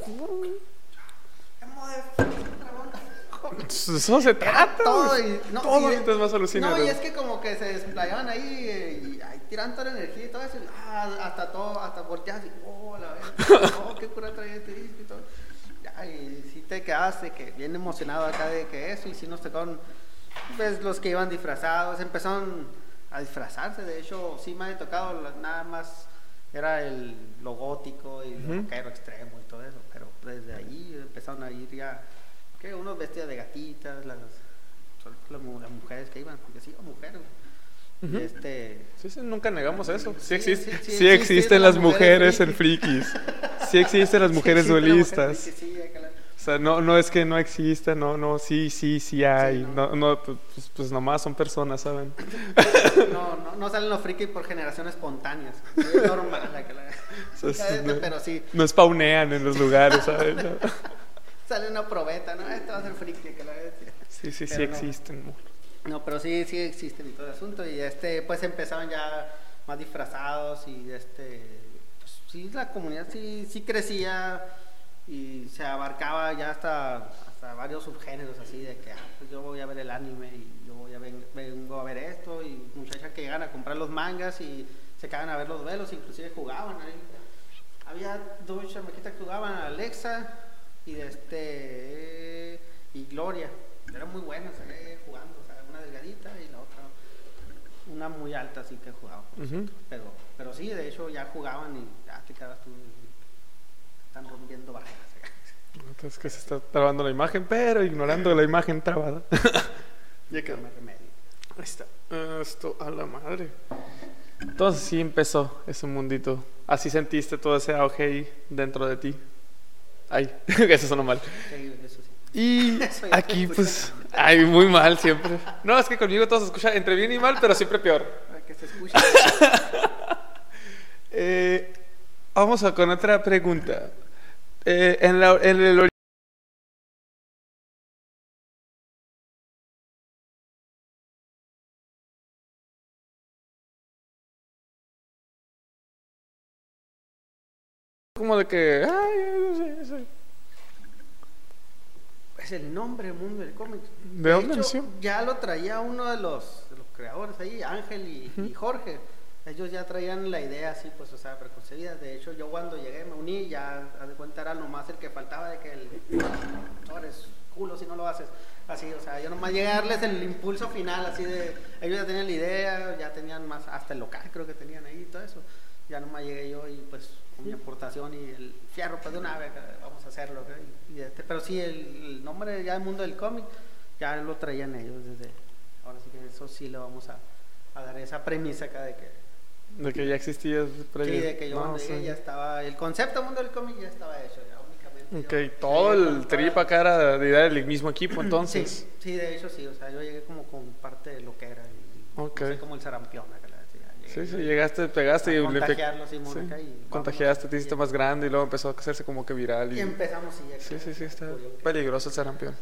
eso se trata, todo es más alucinante. No, y es que como que se desplayaban ahí y ahí tiran toda la energía y todo eso, hasta volteas y la vez, qué cura traía este disco y todo. Ya, y sí te quedaste que bien emocionado acá de que eso, y sí nos tocaron, pues los que iban disfrazados, empezaron a disfrazarse, de hecho sí me había tocado, nada más era lo gótico y lo rockero extremo y todo eso, pero desde ahí empezaron a ir ya unos vestidos de gatitas, las mujeres que iban, porque sí, mujeres. Sí, nunca negamos eso. Sí existen las mujeres en frikis. Sí existen las mujeres duelistas. O sea, no es que no exista, sí hay. No, pues nomás son personas, ¿saben? No salen los frikis por generación espontáneas. Es normal pero sí. No spawnean en los lugares, ¿sabes? No. Sale una probeta, ¿no? Esto va a ser friki que la vez. Sí existen. No, pero sí existen y todo el asunto. Y pues empezaron ya más disfrazados y pues sí, la comunidad sí crecía y se abarcaba ya hasta varios subgéneros así de que pues yo voy a ver el anime y yo vengo a ver esto, y muchachas que llegan a comprar los mangas y se quedan a ver los duelos, inclusive jugaban ahí. Había dos chamaquitas que jugaban, Alexa y y Gloria, eran muy buenas jugando, o sea, una delgadita y la otra una muy alta, así que jugaba pero sí, de hecho ya jugaban y ya te quedas tú, están rompiendo barreras. Entonces que se está trabando la imagen, pero ignorando la imagen trabada. Ya quedó. Ahí está. Esto a la madre. Entonces sí empezó ese mundito. Así sentiste todo ese auge ahí dentro de ti. Ay, eso sonó mal. Sí, eso sí. Y aquí pues, muy mal siempre. No, es que conmigo todo se escucha entre bien y mal, pero siempre peor. Para que se escuche. Vamos con otra pregunta. En el como de que sí. Es el nombre del mundo del cómic. ¿De dónde nació? Ya lo traía uno de los creadores ahí, Ángel y Jorge. Ellos ya traían la idea así, pues, o sea, preconcebida. De hecho, yo cuando llegué me uní, ya haz de cuenta era nomás el que faltaba de que no eres culo si no lo haces. Así, o sea, yo nomás llegué a darles el impulso final, así de, ellos ya tenían la idea, ya tenían más, hasta el local creo que tenían ahí y todo eso. Ya nomás llegué yo y pues con mi aportación y el fierro, pues de una vez, vamos a hacerlo, ¿okay? Pero sí, el nombre ya del mundo del cómic ya lo traían ellos desde... Ahora sí que eso sí le vamos a dar esa premisa acá de que ya existía sí, de que yo cuando llegué ya estaba... El concepto Mundo del Cómic ya estaba hecho, ya únicamente... Ok, todo el trip acá era de ir al mismo equipo, entonces. Sí, de hecho sí, o sea, yo llegué como con parte de lo que era, y no sé, como el sarampión acá. Sí, llegaste, pegaste y contagiarlo, sí, contagiaste, te hiciste más grande y luego empezó a hacerse como que viral. Y empezamos, sí. Sí, está peligroso el sarampión.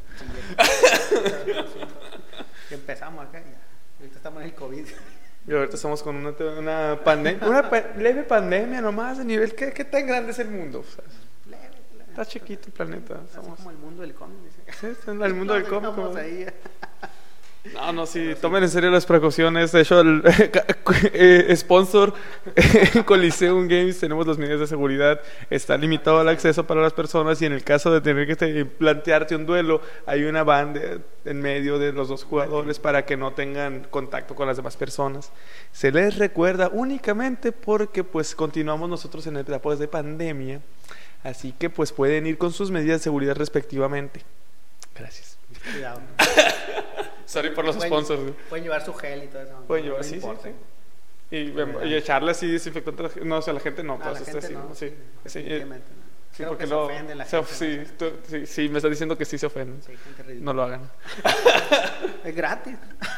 Y empezamos acá, ya. Ahorita estamos en el COVID. Y ahorita estamos con una pandemia, leve pandemia nomás, de nivel, ¿qué tan grande es el mundo? O sea, leve. Está chiquito el planeta. Así como el mundo del cómic. Sí, está en el mundo del cómic. Estamos ahí. No, sí, tomen en serio las precauciones. De hecho, el sponsor Coliseum Games, tenemos las medidas de seguridad. Está limitado el acceso para las personas y en el caso de tener que plantearte un duelo, hay una banda en medio de los dos jugadores para que no tengan contacto con las demás personas. Se les recuerda únicamente porque pues continuamos nosotros en etapas de pandemia, así que pues pueden ir con sus medidas de seguridad respectivamente. Gracias. Cuidado. Sorry por los sponsors. Pueden llevar su gel y todo eso. Pueden llevar, sí. Y echarle así desinfectante. No, o sea, la gente no. A la gente no. Sí, sí, porque se ofende la gente. Sí, me está diciendo que sí se ofenden. Sí, gente ridícula. No lo hagan. Es gratis.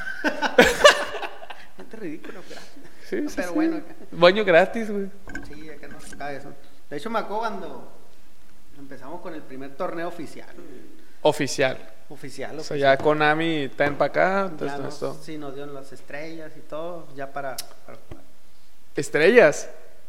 Gente ridícula, gratis. Sí, pero bueno. Baño gratis, güey. Sí, acá no se cae eso. De hecho, me acuerdo cuando empezamos con el primer torneo oficial. Oficial. O sea, ya Konami está en para acá. Entonces, sí, nos dieron las estrellas y todo, ya para jugar. ¿Estrellas?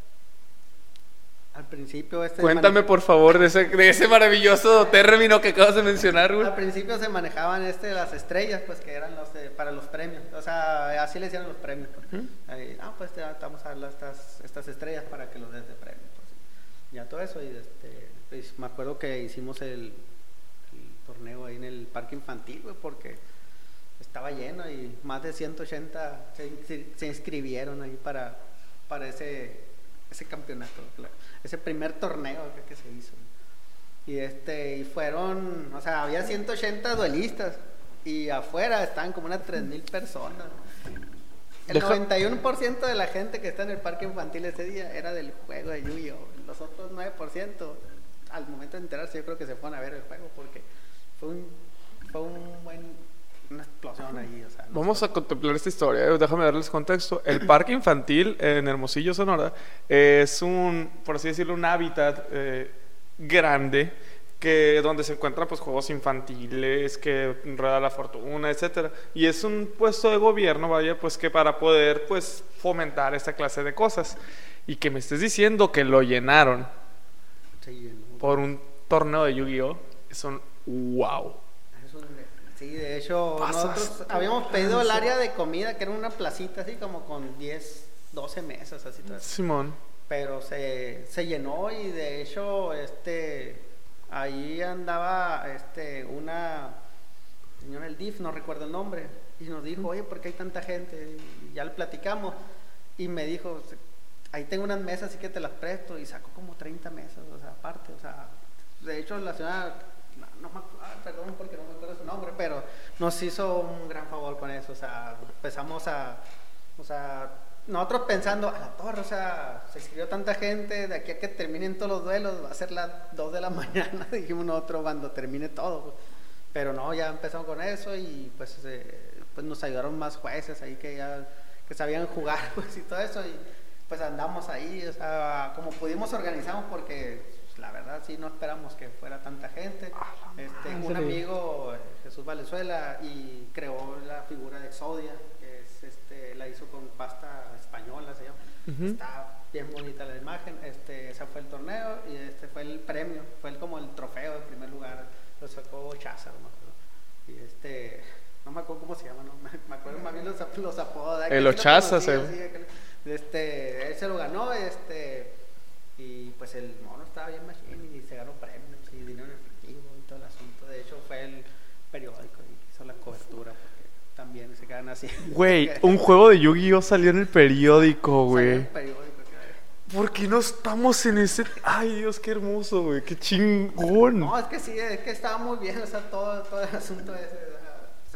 Al principio Cuéntame por favor de ese maravilloso término que acabas de mencionar, güey. Al principio se manejaban las estrellas, pues que eran para los premios. O sea, así le decían los premios. Pues. Pues te vamos a dar estas estrellas para que los des de premio. Pues. Ya todo eso y pues, me acuerdo que hicimos el torneo ahí en el parque infantil, güey, porque estaba lleno y más de 180 se inscribieron ahí para ese campeonato, ese primer torneo que se hizo. Y fueron, o sea, había 180 duelistas y afuera estaban como unas 3,000 personas. El 91% de la gente que está en el parque infantil ese día era del juego de Yu-Gi-Oh! Los otros 9%, al momento de enterarse, yo creo que se fueron a ver el juego porque fue una explosión ahí. O sea, vamos a contemplar esta historia. Déjame darles contexto. El parque infantil en Hermosillo, Sonora, es por así decirlo, un hábitat grande donde se encuentran pues juegos infantiles, que rueda la fortuna, etcétera. Y es un puesto de gobierno, vaya, pues que para poder pues fomentar esta clase de cosas. Y que me estés diciendo que lo llenaron por un torneo de Yu-Gi-Oh! Son wow. Sí, de hecho nosotros habíamos pedido el área de comida, que era una placita así como con 10, 12 mesas así. Simón. Pero se llenó y de hecho ahí andaba una señora del DIF, no recuerdo el nombre, y nos dijo, oye, ¿por qué hay tanta gente? Y ya le platicamos y me dijo, ahí tengo unas mesas así que te las presto, y sacó como 30 mesas, o sea, aparte, o sea, de hecho la señora, perdón porque no me acuerdo su nombre, pero nos hizo un gran favor con eso. O sea, empezamos nosotros pensando a la torre, o sea, se escribió tanta gente, de aquí a que terminen todos los duelos va a ser las 2 de la mañana, dijimos nosotros, cuando termine todo. Pero no, ya empezamos con eso y pues nos ayudaron más jueces ahí que sabían jugar, pues, y todo eso, y pues andamos ahí, o sea, como pudimos organizamos, porque la verdad sí no esperamos que fuera tanta gente. Un amigo, Jesús Valenzuela, y creó la figura de Exodia, que es la hizo con pasta española, se llama. Está bien bonita la imagen. Ese fue el torneo y fue el premio, fue como el trofeo de primer lugar, lo sacó Chaza, no me acuerdo. Y no me acuerdo cómo se llama, no me acuerdo más bien los apodos. El Chaza, él se lo ganó, y pues el mono estaba bien machín y se ganó premios y dinero en efectivo y todo el asunto. De hecho fue el periódico y hizo la cobertura porque también se quedan así. Güey, un juego de Yu-Gi-Oh salió en el periódico, güey. Salió en el periódico, ¿por qué no estamos en ese? Ay, Dios, qué hermoso, güey, qué chingón. No, es que sí, es que estaba muy bien, o sea, todo el asunto ese,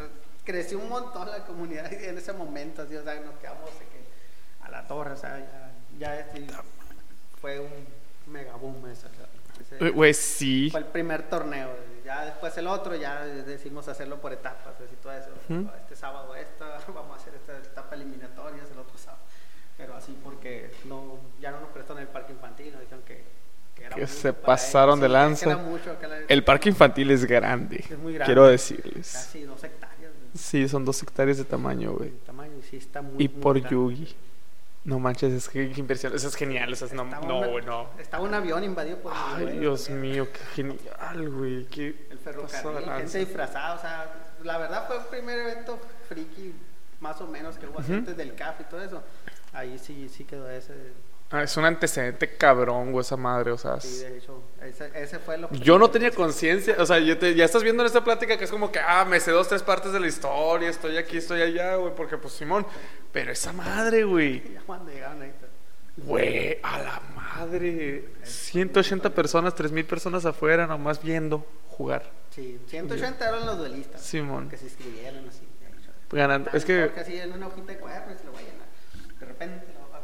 creció un montón la comunidad en ese momento, así, o sea, nos quedamos de que a la torre, o sea, fue un mega boom eso, o sea, Güey, sí. fue el primer torneo, ya después el otro, ya decidimos hacerlo por etapas, así todo eso, este sábado vamos a hacer esta etapa eliminatoria, el otro sábado, pero así porque ya no nos prestaron el parque infantil, nos dijeron que era Que mucho se para pasaron ellos, de sí, lanza. que era mucho, El parque infantil es grande. Es muy grande. Quiero decirles. casi 2 hectáreas Sí, son 2 hectáreas de tamaño, güey. de tamaño, y sí está muy Y muy por grande. Yugi. No manches, es que qué inversión. Eso es genial. Eso es, no, güey, no. Estaba un avión invadido por Ay, güey, Dios mío, qué genial, güey. Qué el pasó de ferrocarril, lanza. gente disfrazada, o sea, la verdad fue el primer evento friki más o menos que hubo antes del CAF y todo eso. Ahí sí quedó ese. Es un antecedente cabrón, güey, esa madre, o sea. Sí, de hecho, ese fue lo Yo no tenía conciencia, o sea, ya estás viendo en esta plática que es como que, me sé 2, 3 partes de la historia, estoy aquí, estoy allá, güey, porque pues Simón, pero esa madre, güey, Ya cuando llegaron ahí. güey, a la madre, 180 personas, 3,000 personas afuera, nomás viendo jugar, Sí, 180 eran los duelistas. Simón. Que se inscribieron así. De hecho. ganando, es que, Porque así en una hojita de cuaderno y se lo va a llenar. De repente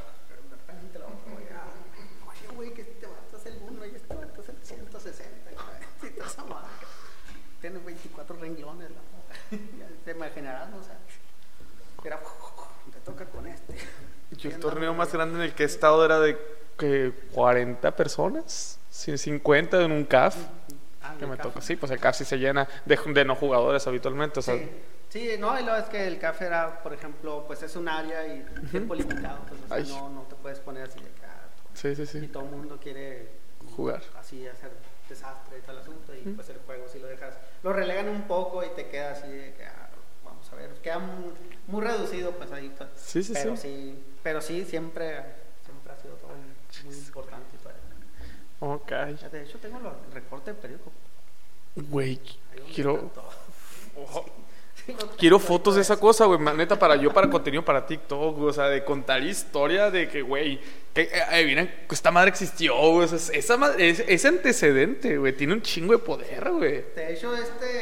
oye, güey, que este vato es el 1 y este vato es el 160. Y toda esa madre. Tiene 24 renglones. Ya te imaginarás, ¿no? O sea, era, te toca con este. yo el torneo más grande en el que he estado era de que 40 personas, 50 en un CAF. Que me toca, sí, pues el CAF sí se llena de no jugadores habitualmente, o sea, Sí, no, y lo es que el café era, por ejemplo, pues es un área y tiempo limitado, pues o sea, Ay. no te puedes poner así de cara. sí, Y todo el mundo quiere jugar. así hacer desastre y todo el asunto, y pues el juego si lo dejas, lo relegan un poco y te queda así de que, vamos a ver, queda muy reducido pues ahí, pues. Sí, Pero sí, siempre ha sido todo muy importante y todo eso. Ok. Ya, de hecho tengo los recortes del periódico. Güey, Ahí donde quiero está todo. ojo, Sí, lo quiero tengo fotos todo de esa eso. cosa, güey, neta, para contenido para TikTok, güey, o sea, de contar historia de que, güey, que miren, esta madre existió, güey, o sea, esa madre, ese antecedente, güey, tiene un chingo de poder, güey. De hecho,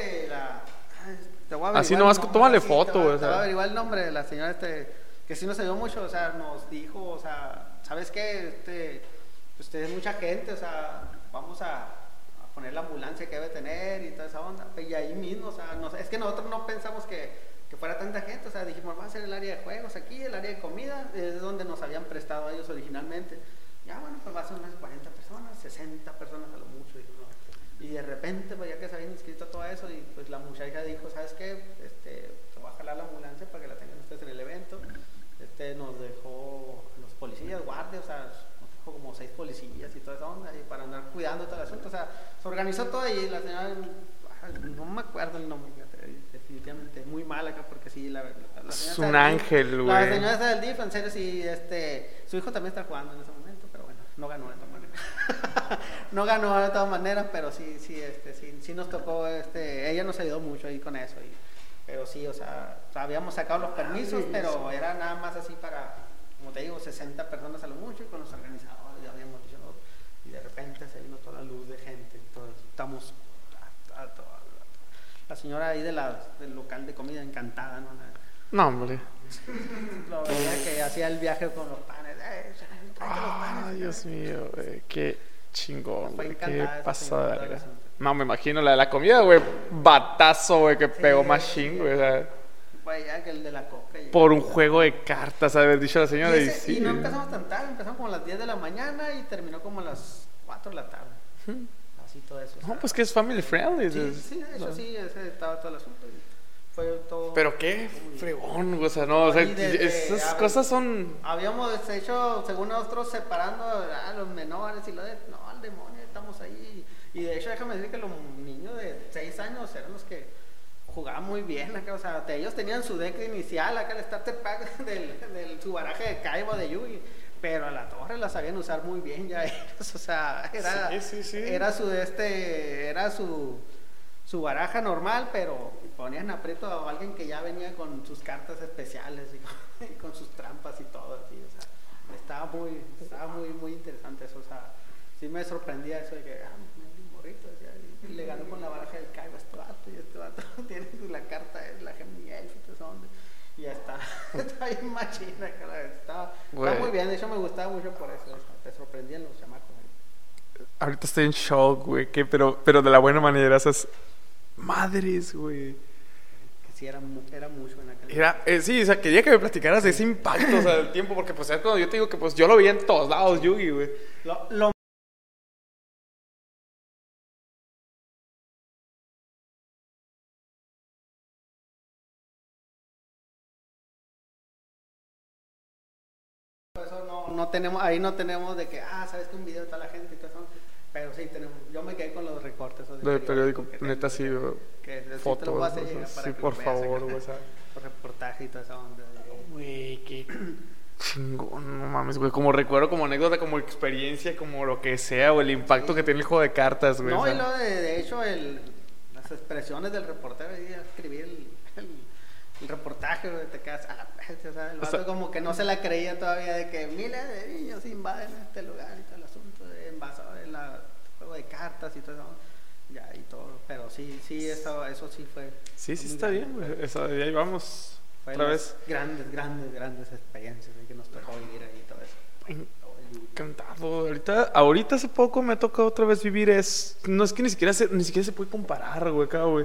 te voy a averiguar Así nomás el nombre, tómale sí, foto, te güey, voy o sea. a averiguar el nombre de la señora que sí nos ayudó mucho, o sea, nos dijo, o sea, ¿sabes qué? Usted es mucha gente, o sea, vamos a poner la ambulancia que debe tener y toda esa onda. Y ahí mismo, o sea, es que nosotros no pensamos que fuera tanta gente, o sea, dijimos, va a ser el área de juegos aquí, el área de comida, es donde nos habían prestado a ellos originalmente. Ya, bueno, pues va a ser unas 40 personas, 60 personas a lo mucho. Y de repente, pues ya que se habían inscrito a todo eso, y pues la muchacha dijo, ¿sabes qué? Te voy a jalar la ambulancia para que la tengan ustedes en el evento. Nos dejó los policías, guardias, o sea, nos dejó como 6 policías y toda esa onda, y para andar cuidando todo el asunto, o sea, se organizó todo y la señora, no me acuerdo el nombre, definitivamente muy mal acá, porque sí, la Es señora un está ángel, La güey. señora está del DIF, en serio, sí, su hijo también está jugando en ese momento, pero bueno, no ganó de todas maneras. No ganó de todas maneras, pero sí nos tocó, ella nos ayudó mucho ahí con eso, pero sí, o sea, habíamos sacado los permisos, pero era nada más así para, como te digo, 60 personas a lo mucho, y con los organizadores ya habíamos dicho, ¿no? Y de repente se vino toda la luz de gente, entonces estamos la señora ahí del local de comida encantada, ¿no? No, hombre. Lo veía que hacía el viaje con los panes, tráete los panes. Ay, Dios mío, güey, qué chingón, Fue güey, qué encantada esa pasada, señora, verga. toda la No, me imagino la de la comida, güey, batazo, güey, que pegó Sí, machín, güey, o sea, Vaya que el de la coca. por un juego de cartas, haber dicho la señora, y Y sí. no empezamos tan tarde, empezamos como a las 10 de la mañana y terminó como a las 4 de la tarde. Así todo eso. o No, sea, pues que es family friendly. sí, de hecho sí, ese estaba todo el asunto. Y fue todo. Pero qué fregón, güey, o sea, no, o sea, Y desde- esas cosas son... Habíamos hecho, según nosotros, separando a los menores y lo de, no, al demonio, estamos ahí. Y de hecho, déjame decir que los niños de 6 años eran los que jugaban muy bien acá, o sea, ellos tenían su deck inicial, acá el starter pack su baraje de Kaiba de Yugi, pero a la torre la sabían usar muy bien ya ellos, o sea, era su baraja normal, pero ponían aprieto a alguien que ya venía con sus cartas especiales y con sus trampas y todo, así, o sea, estaba muy interesante eso, o sea, sí me sorprendía eso de que, morrito, decía, y le ganó con la baraja del Kaiba este vato, y este vato tiene la carta, es la Gemini Elf, Está bien machina, cara. Está Güey. muy bien. De hecho, me gustaba mucho por eso. Te sorprendían los chamacos. Ahorita estoy en shock, güey. Pero de la buena manera, esas madres, güey. Que sí, era mucho en aquel Era, sí, o sea, quería que me platicaras de ese impacto, o sea, del tiempo, porque pues es cuando yo te digo que pues yo lo veía en todos lados, Yugi, güey. Lo eso no tenemos, ahí no tenemos de que, sabes que un video de toda la gente y todo eso. Pero sí tenemos, yo me quedé con los recortes esos Del periódico, que neta, tengo, sí, güey. que sí te Fotos, lo voy a hacer o sea, llegar para sí, que por lo veas favor, acá, güey, o sea. los reportajes y toda esa onda. Güey, qué chingón, no mames, güey. Como recuerdo, como anécdota, como experiencia, como lo que sea, o el impacto que tiene el juego de cartas, güey. No, o sea. y lo de hecho, las expresiones del reportero, ahí escribí el reportaje, güey, te quedas a la peste, o sea, el vato como que no se la creía todavía de que miles de niños invaden este lugar y todo el asunto de invasor en el juego de cartas y todo eso. Ya, y todo, pero sí, eso sí fue. Sí, muy está grande, bien, güey. fue- Esa, ahí vamos. Fue Otra las vez. grandes experiencias que nos tocó vivir ahí y todo eso. Encantado. Ahorita hace poco me ha tocado otra vez vivir no es que ni siquiera se puede comparar, güey, acá, güey.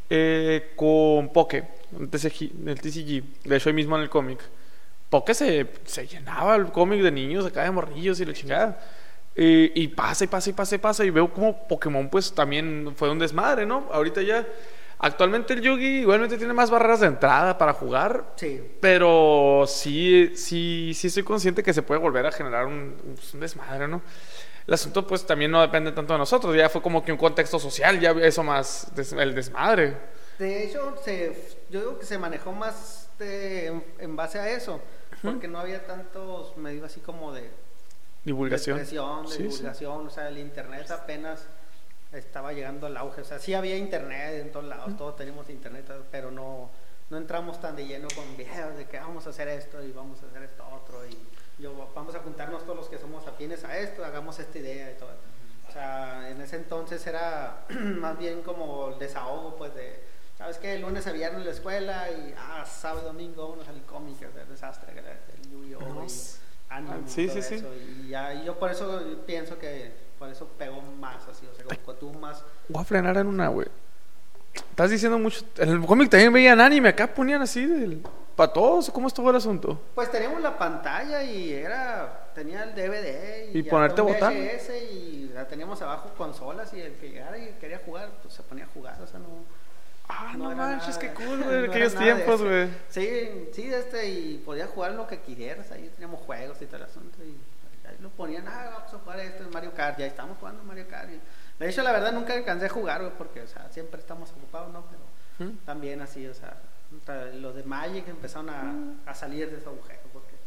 Con Poke, el TCG. De hecho, ahí mismo en el cómic. Poke se llenaba el cómic de niños acá de morrillos y la chingada. Y pasa. Y veo como Pokémon, pues también fue un desmadre, ¿no? Ahorita ya. Actualmente el Yugi igualmente tiene más barreras de entrada para jugar. Sí. Pero sí estoy consciente que se puede volver a generar un desmadre, ¿no? El asunto pues también no depende tanto de nosotros, ya fue como que un contexto social, ya eso más, el desmadre. De hecho, yo digo que se manejó más en base a eso, porque no había tantos medios así como de Divulgación. de expresión, de divulgación, o sea, el internet apenas estaba llegando al auge, o sea, sí había internet en todos lados, todos teníamos internet, pero no entramos tan de lleno con videos de que vamos a hacer esto y vamos a hacer esto otro y vamos a juntarnos todos los que somos afines a esto, hagamos esta idea y todo. O sea, en ese entonces era más bien como el desahogo, pues de, ¿sabes qué? El lunes a viernes en la escuela y sábado, domingo vamos al cómic, el desastre, el Yu-Gi-Oh! Ánimo, Sí, todo sí. eso. Y yo por eso pienso que por eso pegó más así, o sea, como que tuvo más. Voy a frenar en una, güey. Estás diciendo mucho. En el cómic también veían anime, acá ponían así para todos. ¿Cómo estuvo el asunto? Pues teníamos la pantalla y tenía el DVD y hasta ponerte a un botar. VHS y la teníamos abajo consolas y el que llegara y quería jugar, pues se ponía a jugar, o sea, no era manches, nada qué de- cool, no güey, era aquellos nada de tiempos, eso. güey. Sí, y podía jugar lo que quisieras, ahí teníamos juegos y todo el asunto y ahí lo ponían, vamos a jugar esto en Mario Kart, ya estamos jugando Mario Kart. De hecho, la verdad nunca alcancé a jugar, güey, porque, o sea, siempre estamos ocupados, ¿no? Pero también así, o sea, los de Magic empezaron a salir de ese agujero, porque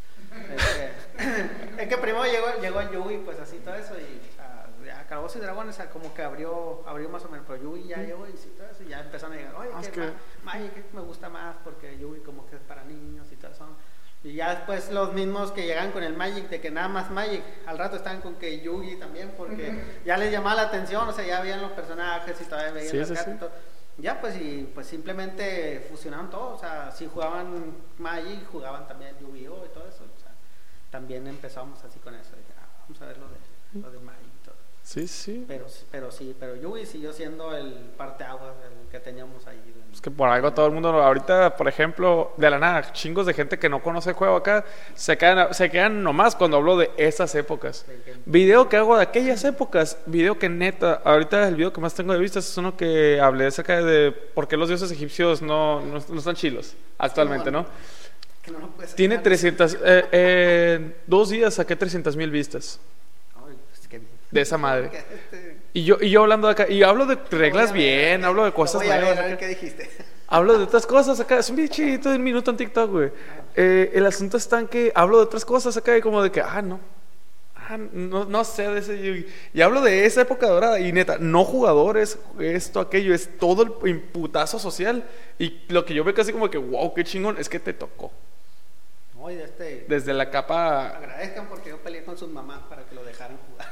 es que primero llegó el Yugi, pues así todo eso, y o sea, ya Calabozos y Dragones, o sea, como que abrió más o menos, pero Yugi ya llegó y sí, todo eso, y ya empezaron a llegar, oye, Magic me gusta más, porque Yugi como que es para niños y todo eso. Y ya después los mismos que llegan con el Magic, de que nada más Magic, al rato estaban con que Yugi también, porque ya les llamaba la atención, o sea, ya veían los personajes y todavía veían las cartas y todo. Ya pues simplemente fusionaron todo, o sea, si jugaban Magic, jugaban también Yu-Gi-Oh! Y todo eso, o sea, también empezamos así con eso, vamos a ver lo de Magic y todo. Sí. Pero Yugi siguió siendo el parteaguas, el que teníamos ahí. Es que por algo todo el mundo, ahorita, por ejemplo, de la nada, chingos de gente que no conoce el juego acá, se quedan nomás cuando hablo de esas épocas. Video que hago de aquellas épocas, video que neta, ahorita el video que más tengo de vistas es uno que hablé acerca de por qué los dioses egipcios no están chilos actualmente, ¿no? Que no lo puedes Tiene sacar. 300, 2 días saqué 300,000 vistas Ay, pues, qué bien. de esa madre. Este, Y yo hablando de acá, y hablo de reglas bien, hablo de cosas voy a nuevas ver, a ver acá. qué dijiste. Hablo de otras cosas acá, es un bichito de un minuto en TikTok, güey. El asunto está en que hablo de otras cosas acá y como de que, no sé de ese Yugi. Y hablo de esa época dorada y neta, no jugadores, esto, aquello, es todo el imputazo social. Y lo que yo veo casi como que, wow, qué chingón, es que te tocó. No, y Desde la capa... agradezcan porque yo peleé con sus mamás para que lo dejaran jugar.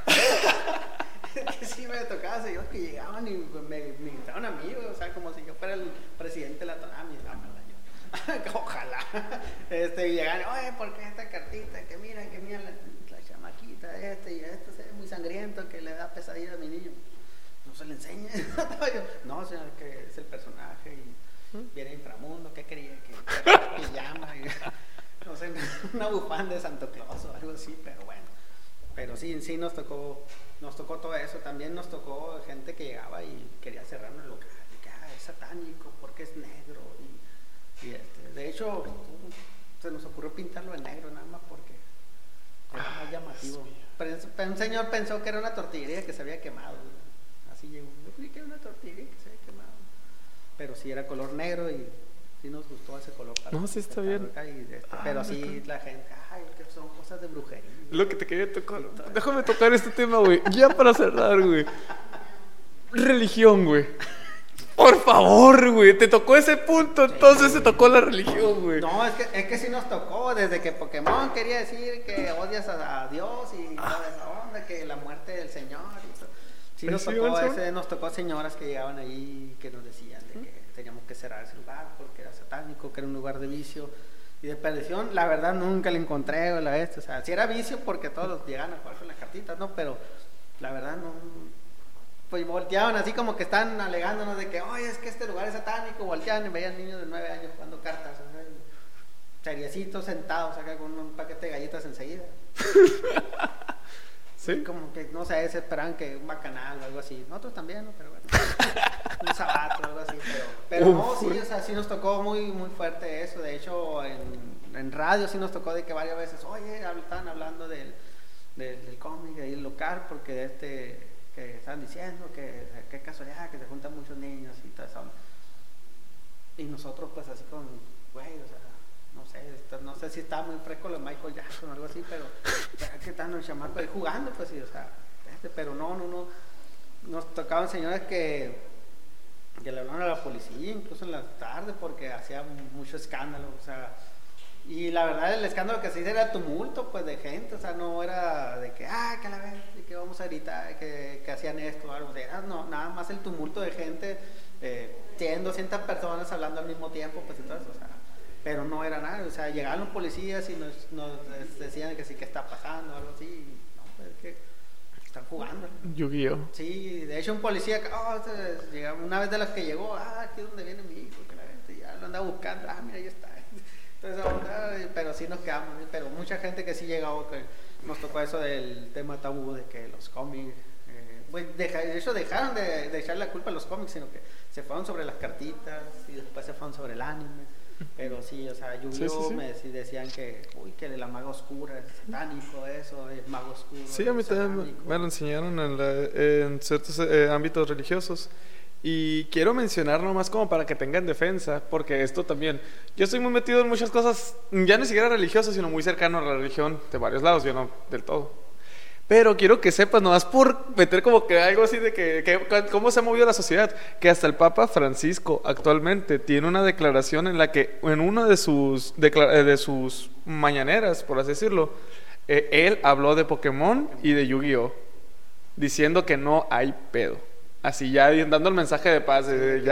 Que sí me tocaba señores que llegaban y me invitaban a mí, o sea, como si yo fuera el presidente de la Tonami. Ojalá. Llegan, oye, ¿por qué esta cartita? Que mira la chamaquita, y se ve muy sangriento, que le da pesadilla a mi niño. No se le enseña. No, señor, que es el personaje y viene inframundo, ¿qué quería? Que pijama, no sé, una bufanda de Santo Claus o algo así, pero bueno. Pero sí, nos tocó todo eso. También nos tocó gente que llegaba y quería cerrarnos el local, que es satánico, porque es negro. De hecho, se nos ocurrió pintarlo en negro nada más porque era más llamativo. Pero un señor pensó que era una tortillería que se había quemado. Así llegó. Yo creí que era una tortillería que se había quemado. Pero sí era color negro y sí nos gustó ese color. No, sí está bien. Pero sí la gente, que son cosas de brujería. Lo que te quería tocar. Déjame tocar este tema, güey. Ya para cerrar, güey. Religión, güey. Por favor, güey, te tocó ese punto, entonces se tocó la religión, güey. No, es que sí nos tocó, desde que Pokémon quería decir que odias a Dios y toda esa onda, que la muerte del Señor. Sí nos tocó señoras que llegaban ahí que nos decían de que teníamos que cerrar ese lugar porque era satánico, que era un lugar de vicio y de perdición. La verdad nunca le encontré, o sea, sí era vicio porque todos llegaban a jugar con las cartitas, ¿no? Pero la verdad no... Pues volteaban así como que están alegándonos de que, oye, es que este lugar es satánico, volteaban y veían niños de 9 años jugando cartas, seriecitos sentados acá con un paquete de galletas enseguida. ¿Sí? Como que, no sé, se esperaban que un bacanal o algo así. Nosotros también, ¿no? Pero bueno, un sabato o algo así. Pero no, sí, o sea, sí nos tocó muy, muy fuerte eso. De hecho, en radio sí nos tocó de que varias veces, oye, estaban hablando del cómic, del local, porque que estaban diciendo que qué casualidad, que se juntan muchos niños y todo eso. Y nosotros pues así con, güey, o sea, no sé si estaba muy fresco lo de Michael Jackson o algo así, pero que están los chamacos ahí jugando, pues sí, o sea, pero no, nos tocaban señores que le hablaron a la policía, incluso en la tarde, porque hacía mucho escándalo, o sea, y la verdad el escándalo que se hizo era tumulto, pues, de gente, o sea, no era de que, que la vez, que vamos a gritar, que hacían esto o algo, o sea, era nada más el tumulto de gente, 100, 200 personas hablando al mismo tiempo, pues, y todo eso, o sea, pero no era nada, o sea, llegaban los policías y nos decían que sí, que está pasando, algo así, y no, pues, es que están jugando. Yu-Gi-Oh. Sí, de hecho un policía, una vez de las que llegó, aquí es donde viene mi hijo, que la gente ya lo anda buscando, mira, ahí está. Entonces, pero sí nos quedamos, pero mucha gente que sí llegó, que nos tocó eso del tema tabú de que los cómics, de hecho dejaron de echar la culpa a los cómics, sino que se fueron sobre las cartitas y después se fueron sobre el anime. Pero sí, o sea, Yu-Gi-Oh! Sí. Decían que la maga oscura es satánico, eso es mago oscuro. Sí, a mí también me lo enseñaron en ciertos ámbitos religiosos. Y quiero mencionar nomás como para que tengan defensa, porque esto también, yo estoy muy metido en muchas cosas, ya ni siquiera religiosas, sino muy cercano a la religión de varios lados, yo no del todo. Pero quiero que sepas, nomás por meter como que algo así de que cómo se ha movido la sociedad, que hasta el Papa Francisco actualmente tiene una declaración en la que en una de sus mañaneras, por así decirlo, él habló de Pokémon y de Yu-Gi-Oh, diciendo que no hay pedo. Así ya dando el mensaje de paz,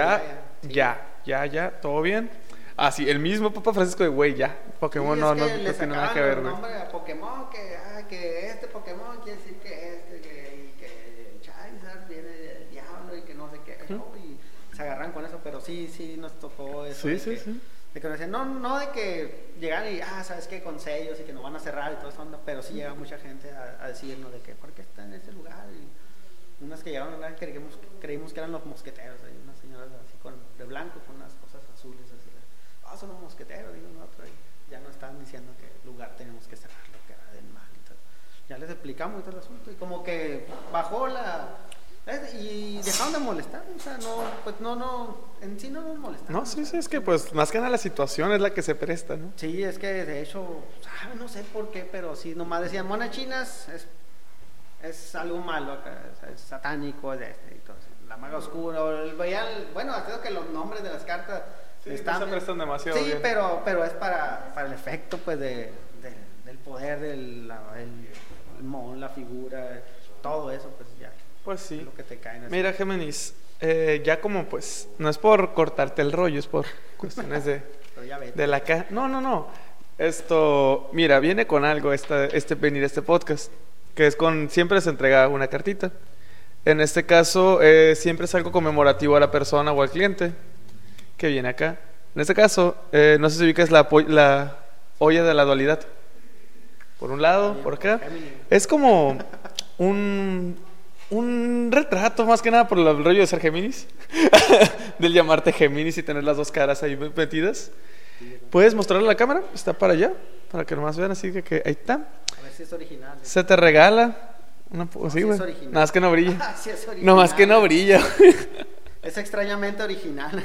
ya, todo bien. Así, el mismo Papa Francisco de güey, ya, Pokémon no tiene nada que ver, güey. A Pokémon, que este Pokémon quiere decir que Charizard viene del diablo y que no sé qué, y se agarran con eso, pero sí nos tocó eso. Sí. De que nos decían, no de que llegan y, sabes qué, con sellos y que nos van a cerrar y todo eso, pero sí llega mucha gente a decirnos de que, ¿por qué está en ese lugar? Y unas que llegaron a creímos que eran los mosqueteros, hay unas señoras así de blanco con unas cosas azules así, son los mosqueteros, digo nosotros, y ya nos estaban diciendo que el lugar teníamos que cerrarlo, que era del mal, entonces, ya les explicamos y todo el asunto, y como que bajó y dejaron de molestar, o sea, en sí no nos molestaron. No, sí, es que pues más que nada la situación es la que se presta, ¿no? Sí, es que de hecho, no sé por qué, pero sí, nomás decían monas chinas, es algo malo acá, es satánico, entonces, la maga oscura, hasta que los nombres de las cartas se prestan demasiado sí, bien. pero es para el efecto, pues, del poder, el mon, la figura, todo eso, pues, ya. Pues sí. Lo que te cae en Mira, Géminis, ya como, pues, no es por cortarte el rollo, es por cuestiones de Pero ya vete. De la ca... No. Esto, mira, viene con algo venir a este podcast, que es con... Siempre se entrega una cartita. En este caso, siempre es algo conmemorativo a la persona o al cliente que viene acá. En este caso, no sé si ubicas la olla de la dualidad. Por un lado, por acá. Es como un retrato, más que nada, por el rollo de ser Géminis. Del llamarte Géminis y tener las dos caras ahí metidas. ¿Puedes mostrarle a la cámara? Está para allá, para que nomás vean, así que ahí está. A ver si es original. Se te regala. Sí, güey. Es Nada más que no brilla. Sí, es original. No más que no brilla. Es extrañamente original.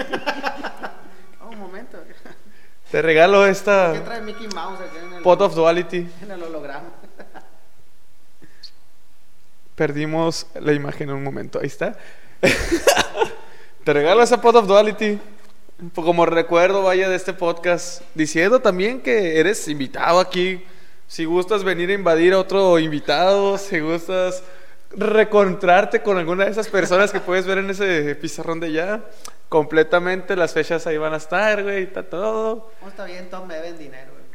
Un momento. Te regalo ¿Qué esta trae Mickey Mouse aquí en el Pot of Duality. en el holograma? Perdimos la imagen en un momento. Ahí está. Te regalo esa Pot of Duality como recuerdo, vaya, de este podcast. Diciendo también que eres invitado aquí. Si gustas venir a invadir a otro invitado, si gustas reencontrarte con alguna de esas personas que puedes ver en ese pizarrón de allá, completamente las fechas ahí van a estar, güey, está todo. No, está bien, todos me deben dinero, güey.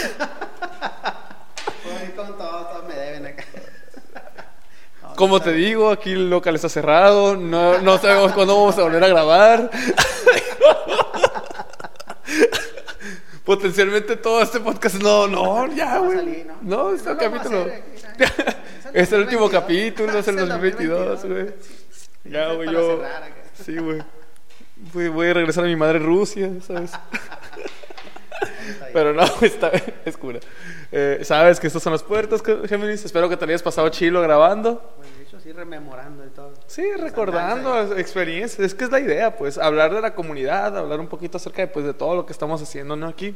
Puedo ir con todos me deben acá. No, Como no te digo, aquí el local está cerrado, no sabemos cuándo vamos a volver a grabar. Potencialmente todo este podcast ya, güey. No, este capítulo. Es el último capítulo, es el 2022, güey. Ya, güey, yo. Sí, güey. Voy a regresar a mi madre Rusia, ¿sabes? Pero no, es cura. Sabes que estas son las puertas, Géminis. Espero que te hayas pasado chilo grabando. Pues de hecho, sí, rememorando y todo. Sí, recordando experiencias. Es que es la idea, pues, hablar de la comunidad, hablar un poquito acerca de, pues, de todo lo que estamos haciendo, ¿no? Aquí.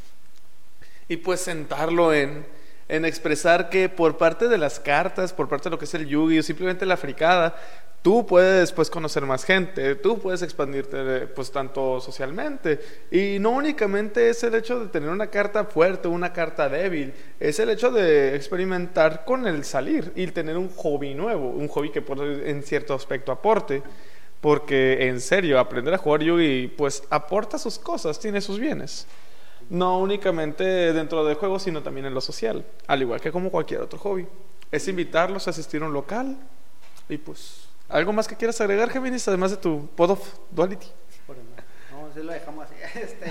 Y pues sentarlo en expresar que por parte de las cartas, por parte de lo que es el Yu-Gi-Oh, simplemente la fricada, tú puedes, pues, conocer más gente, tú puedes expandirte, pues, tanto socialmente. Y no únicamente es el hecho de tener una carta fuerte o una carta débil, es el hecho de experimentar con el salir y tener un hobby nuevo, un hobby que en cierto aspecto aporte. Porque, en serio, aprender a jugar Yu-Gi, pues, aporta sus cosas, tiene sus bienes. No únicamente dentro del juego, sino también en lo social, al igual que como cualquier otro hobby. Es invitarlos a asistir a un local. Y pues, ¿algo más que quieras agregar, Géminis, además de tu Pod of Duality? No, sí lo dejamos así.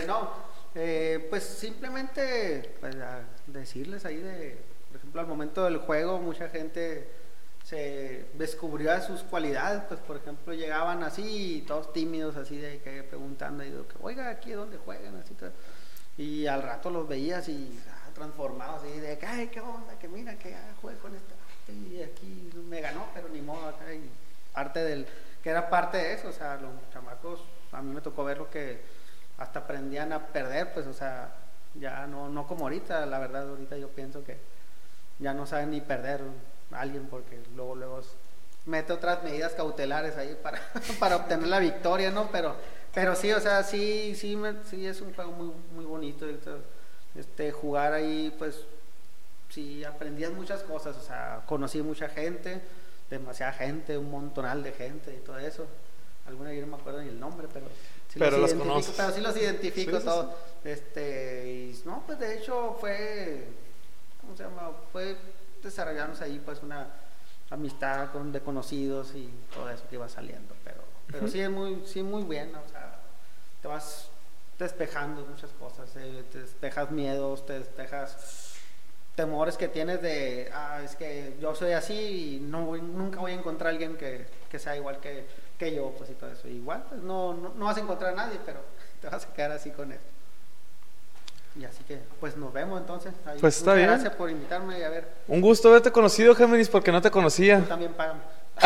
Pues simplemente pues, decirles ahí por ejemplo, al momento del juego, mucha gente se descubrió sus cualidades. Pues, por ejemplo, llegaban así, todos tímidos, así de que preguntando, y digo, oiga, ¿aquí dónde juegan? Así todo. Y al rato los veías y transformados, así de que, ay, qué onda, que mira, que jugué con esta, y aquí me ganó, pero ni modo acá. Y que era parte de eso, o sea, los chamacos, a mí me tocó ver lo que hasta aprendían a perder, pues, o sea, ya no como ahorita, la verdad, ahorita yo pienso que ya no saben ni perder a alguien, porque luego mete otras medidas cautelares ahí para obtener la victoria, ¿no? Pero sí, o sea, sí es un juego muy, muy bonito. Jugar ahí, pues, sí, aprendías muchas cosas, o sea, conocí mucha gente, demasiada gente, un montonal de gente y todo eso. Alguna yo no me acuerdo ni el nombre, pero los conoces. Pero sí los identifico Sí, todos. Y no, pues de hecho fue desarrollarnos ahí, pues, una amistad de conocidos y todo eso que iba saliendo, pero sí es muy bien, ¿no? O sea, te vas despejando muchas cosas, te despejas miedos, te despejas temores que tienes de, es que yo soy así y nunca voy a encontrar a alguien que sea igual que yo, pues, y todo eso. Igual, pues, no vas a encontrar a nadie, pero te vas a quedar así con él. Y así que, pues, nos vemos entonces. Ahí, pues está bien. Gracias por invitarme y a ver. Un gusto haberte conocido, Géminis, porque no te conocía. Tú también págame.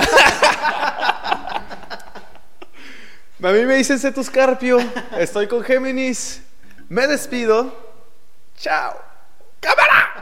A mí me dicen Cetus Carpio. Estoy con Géminis. Me despido. Chao. ¡Cámara!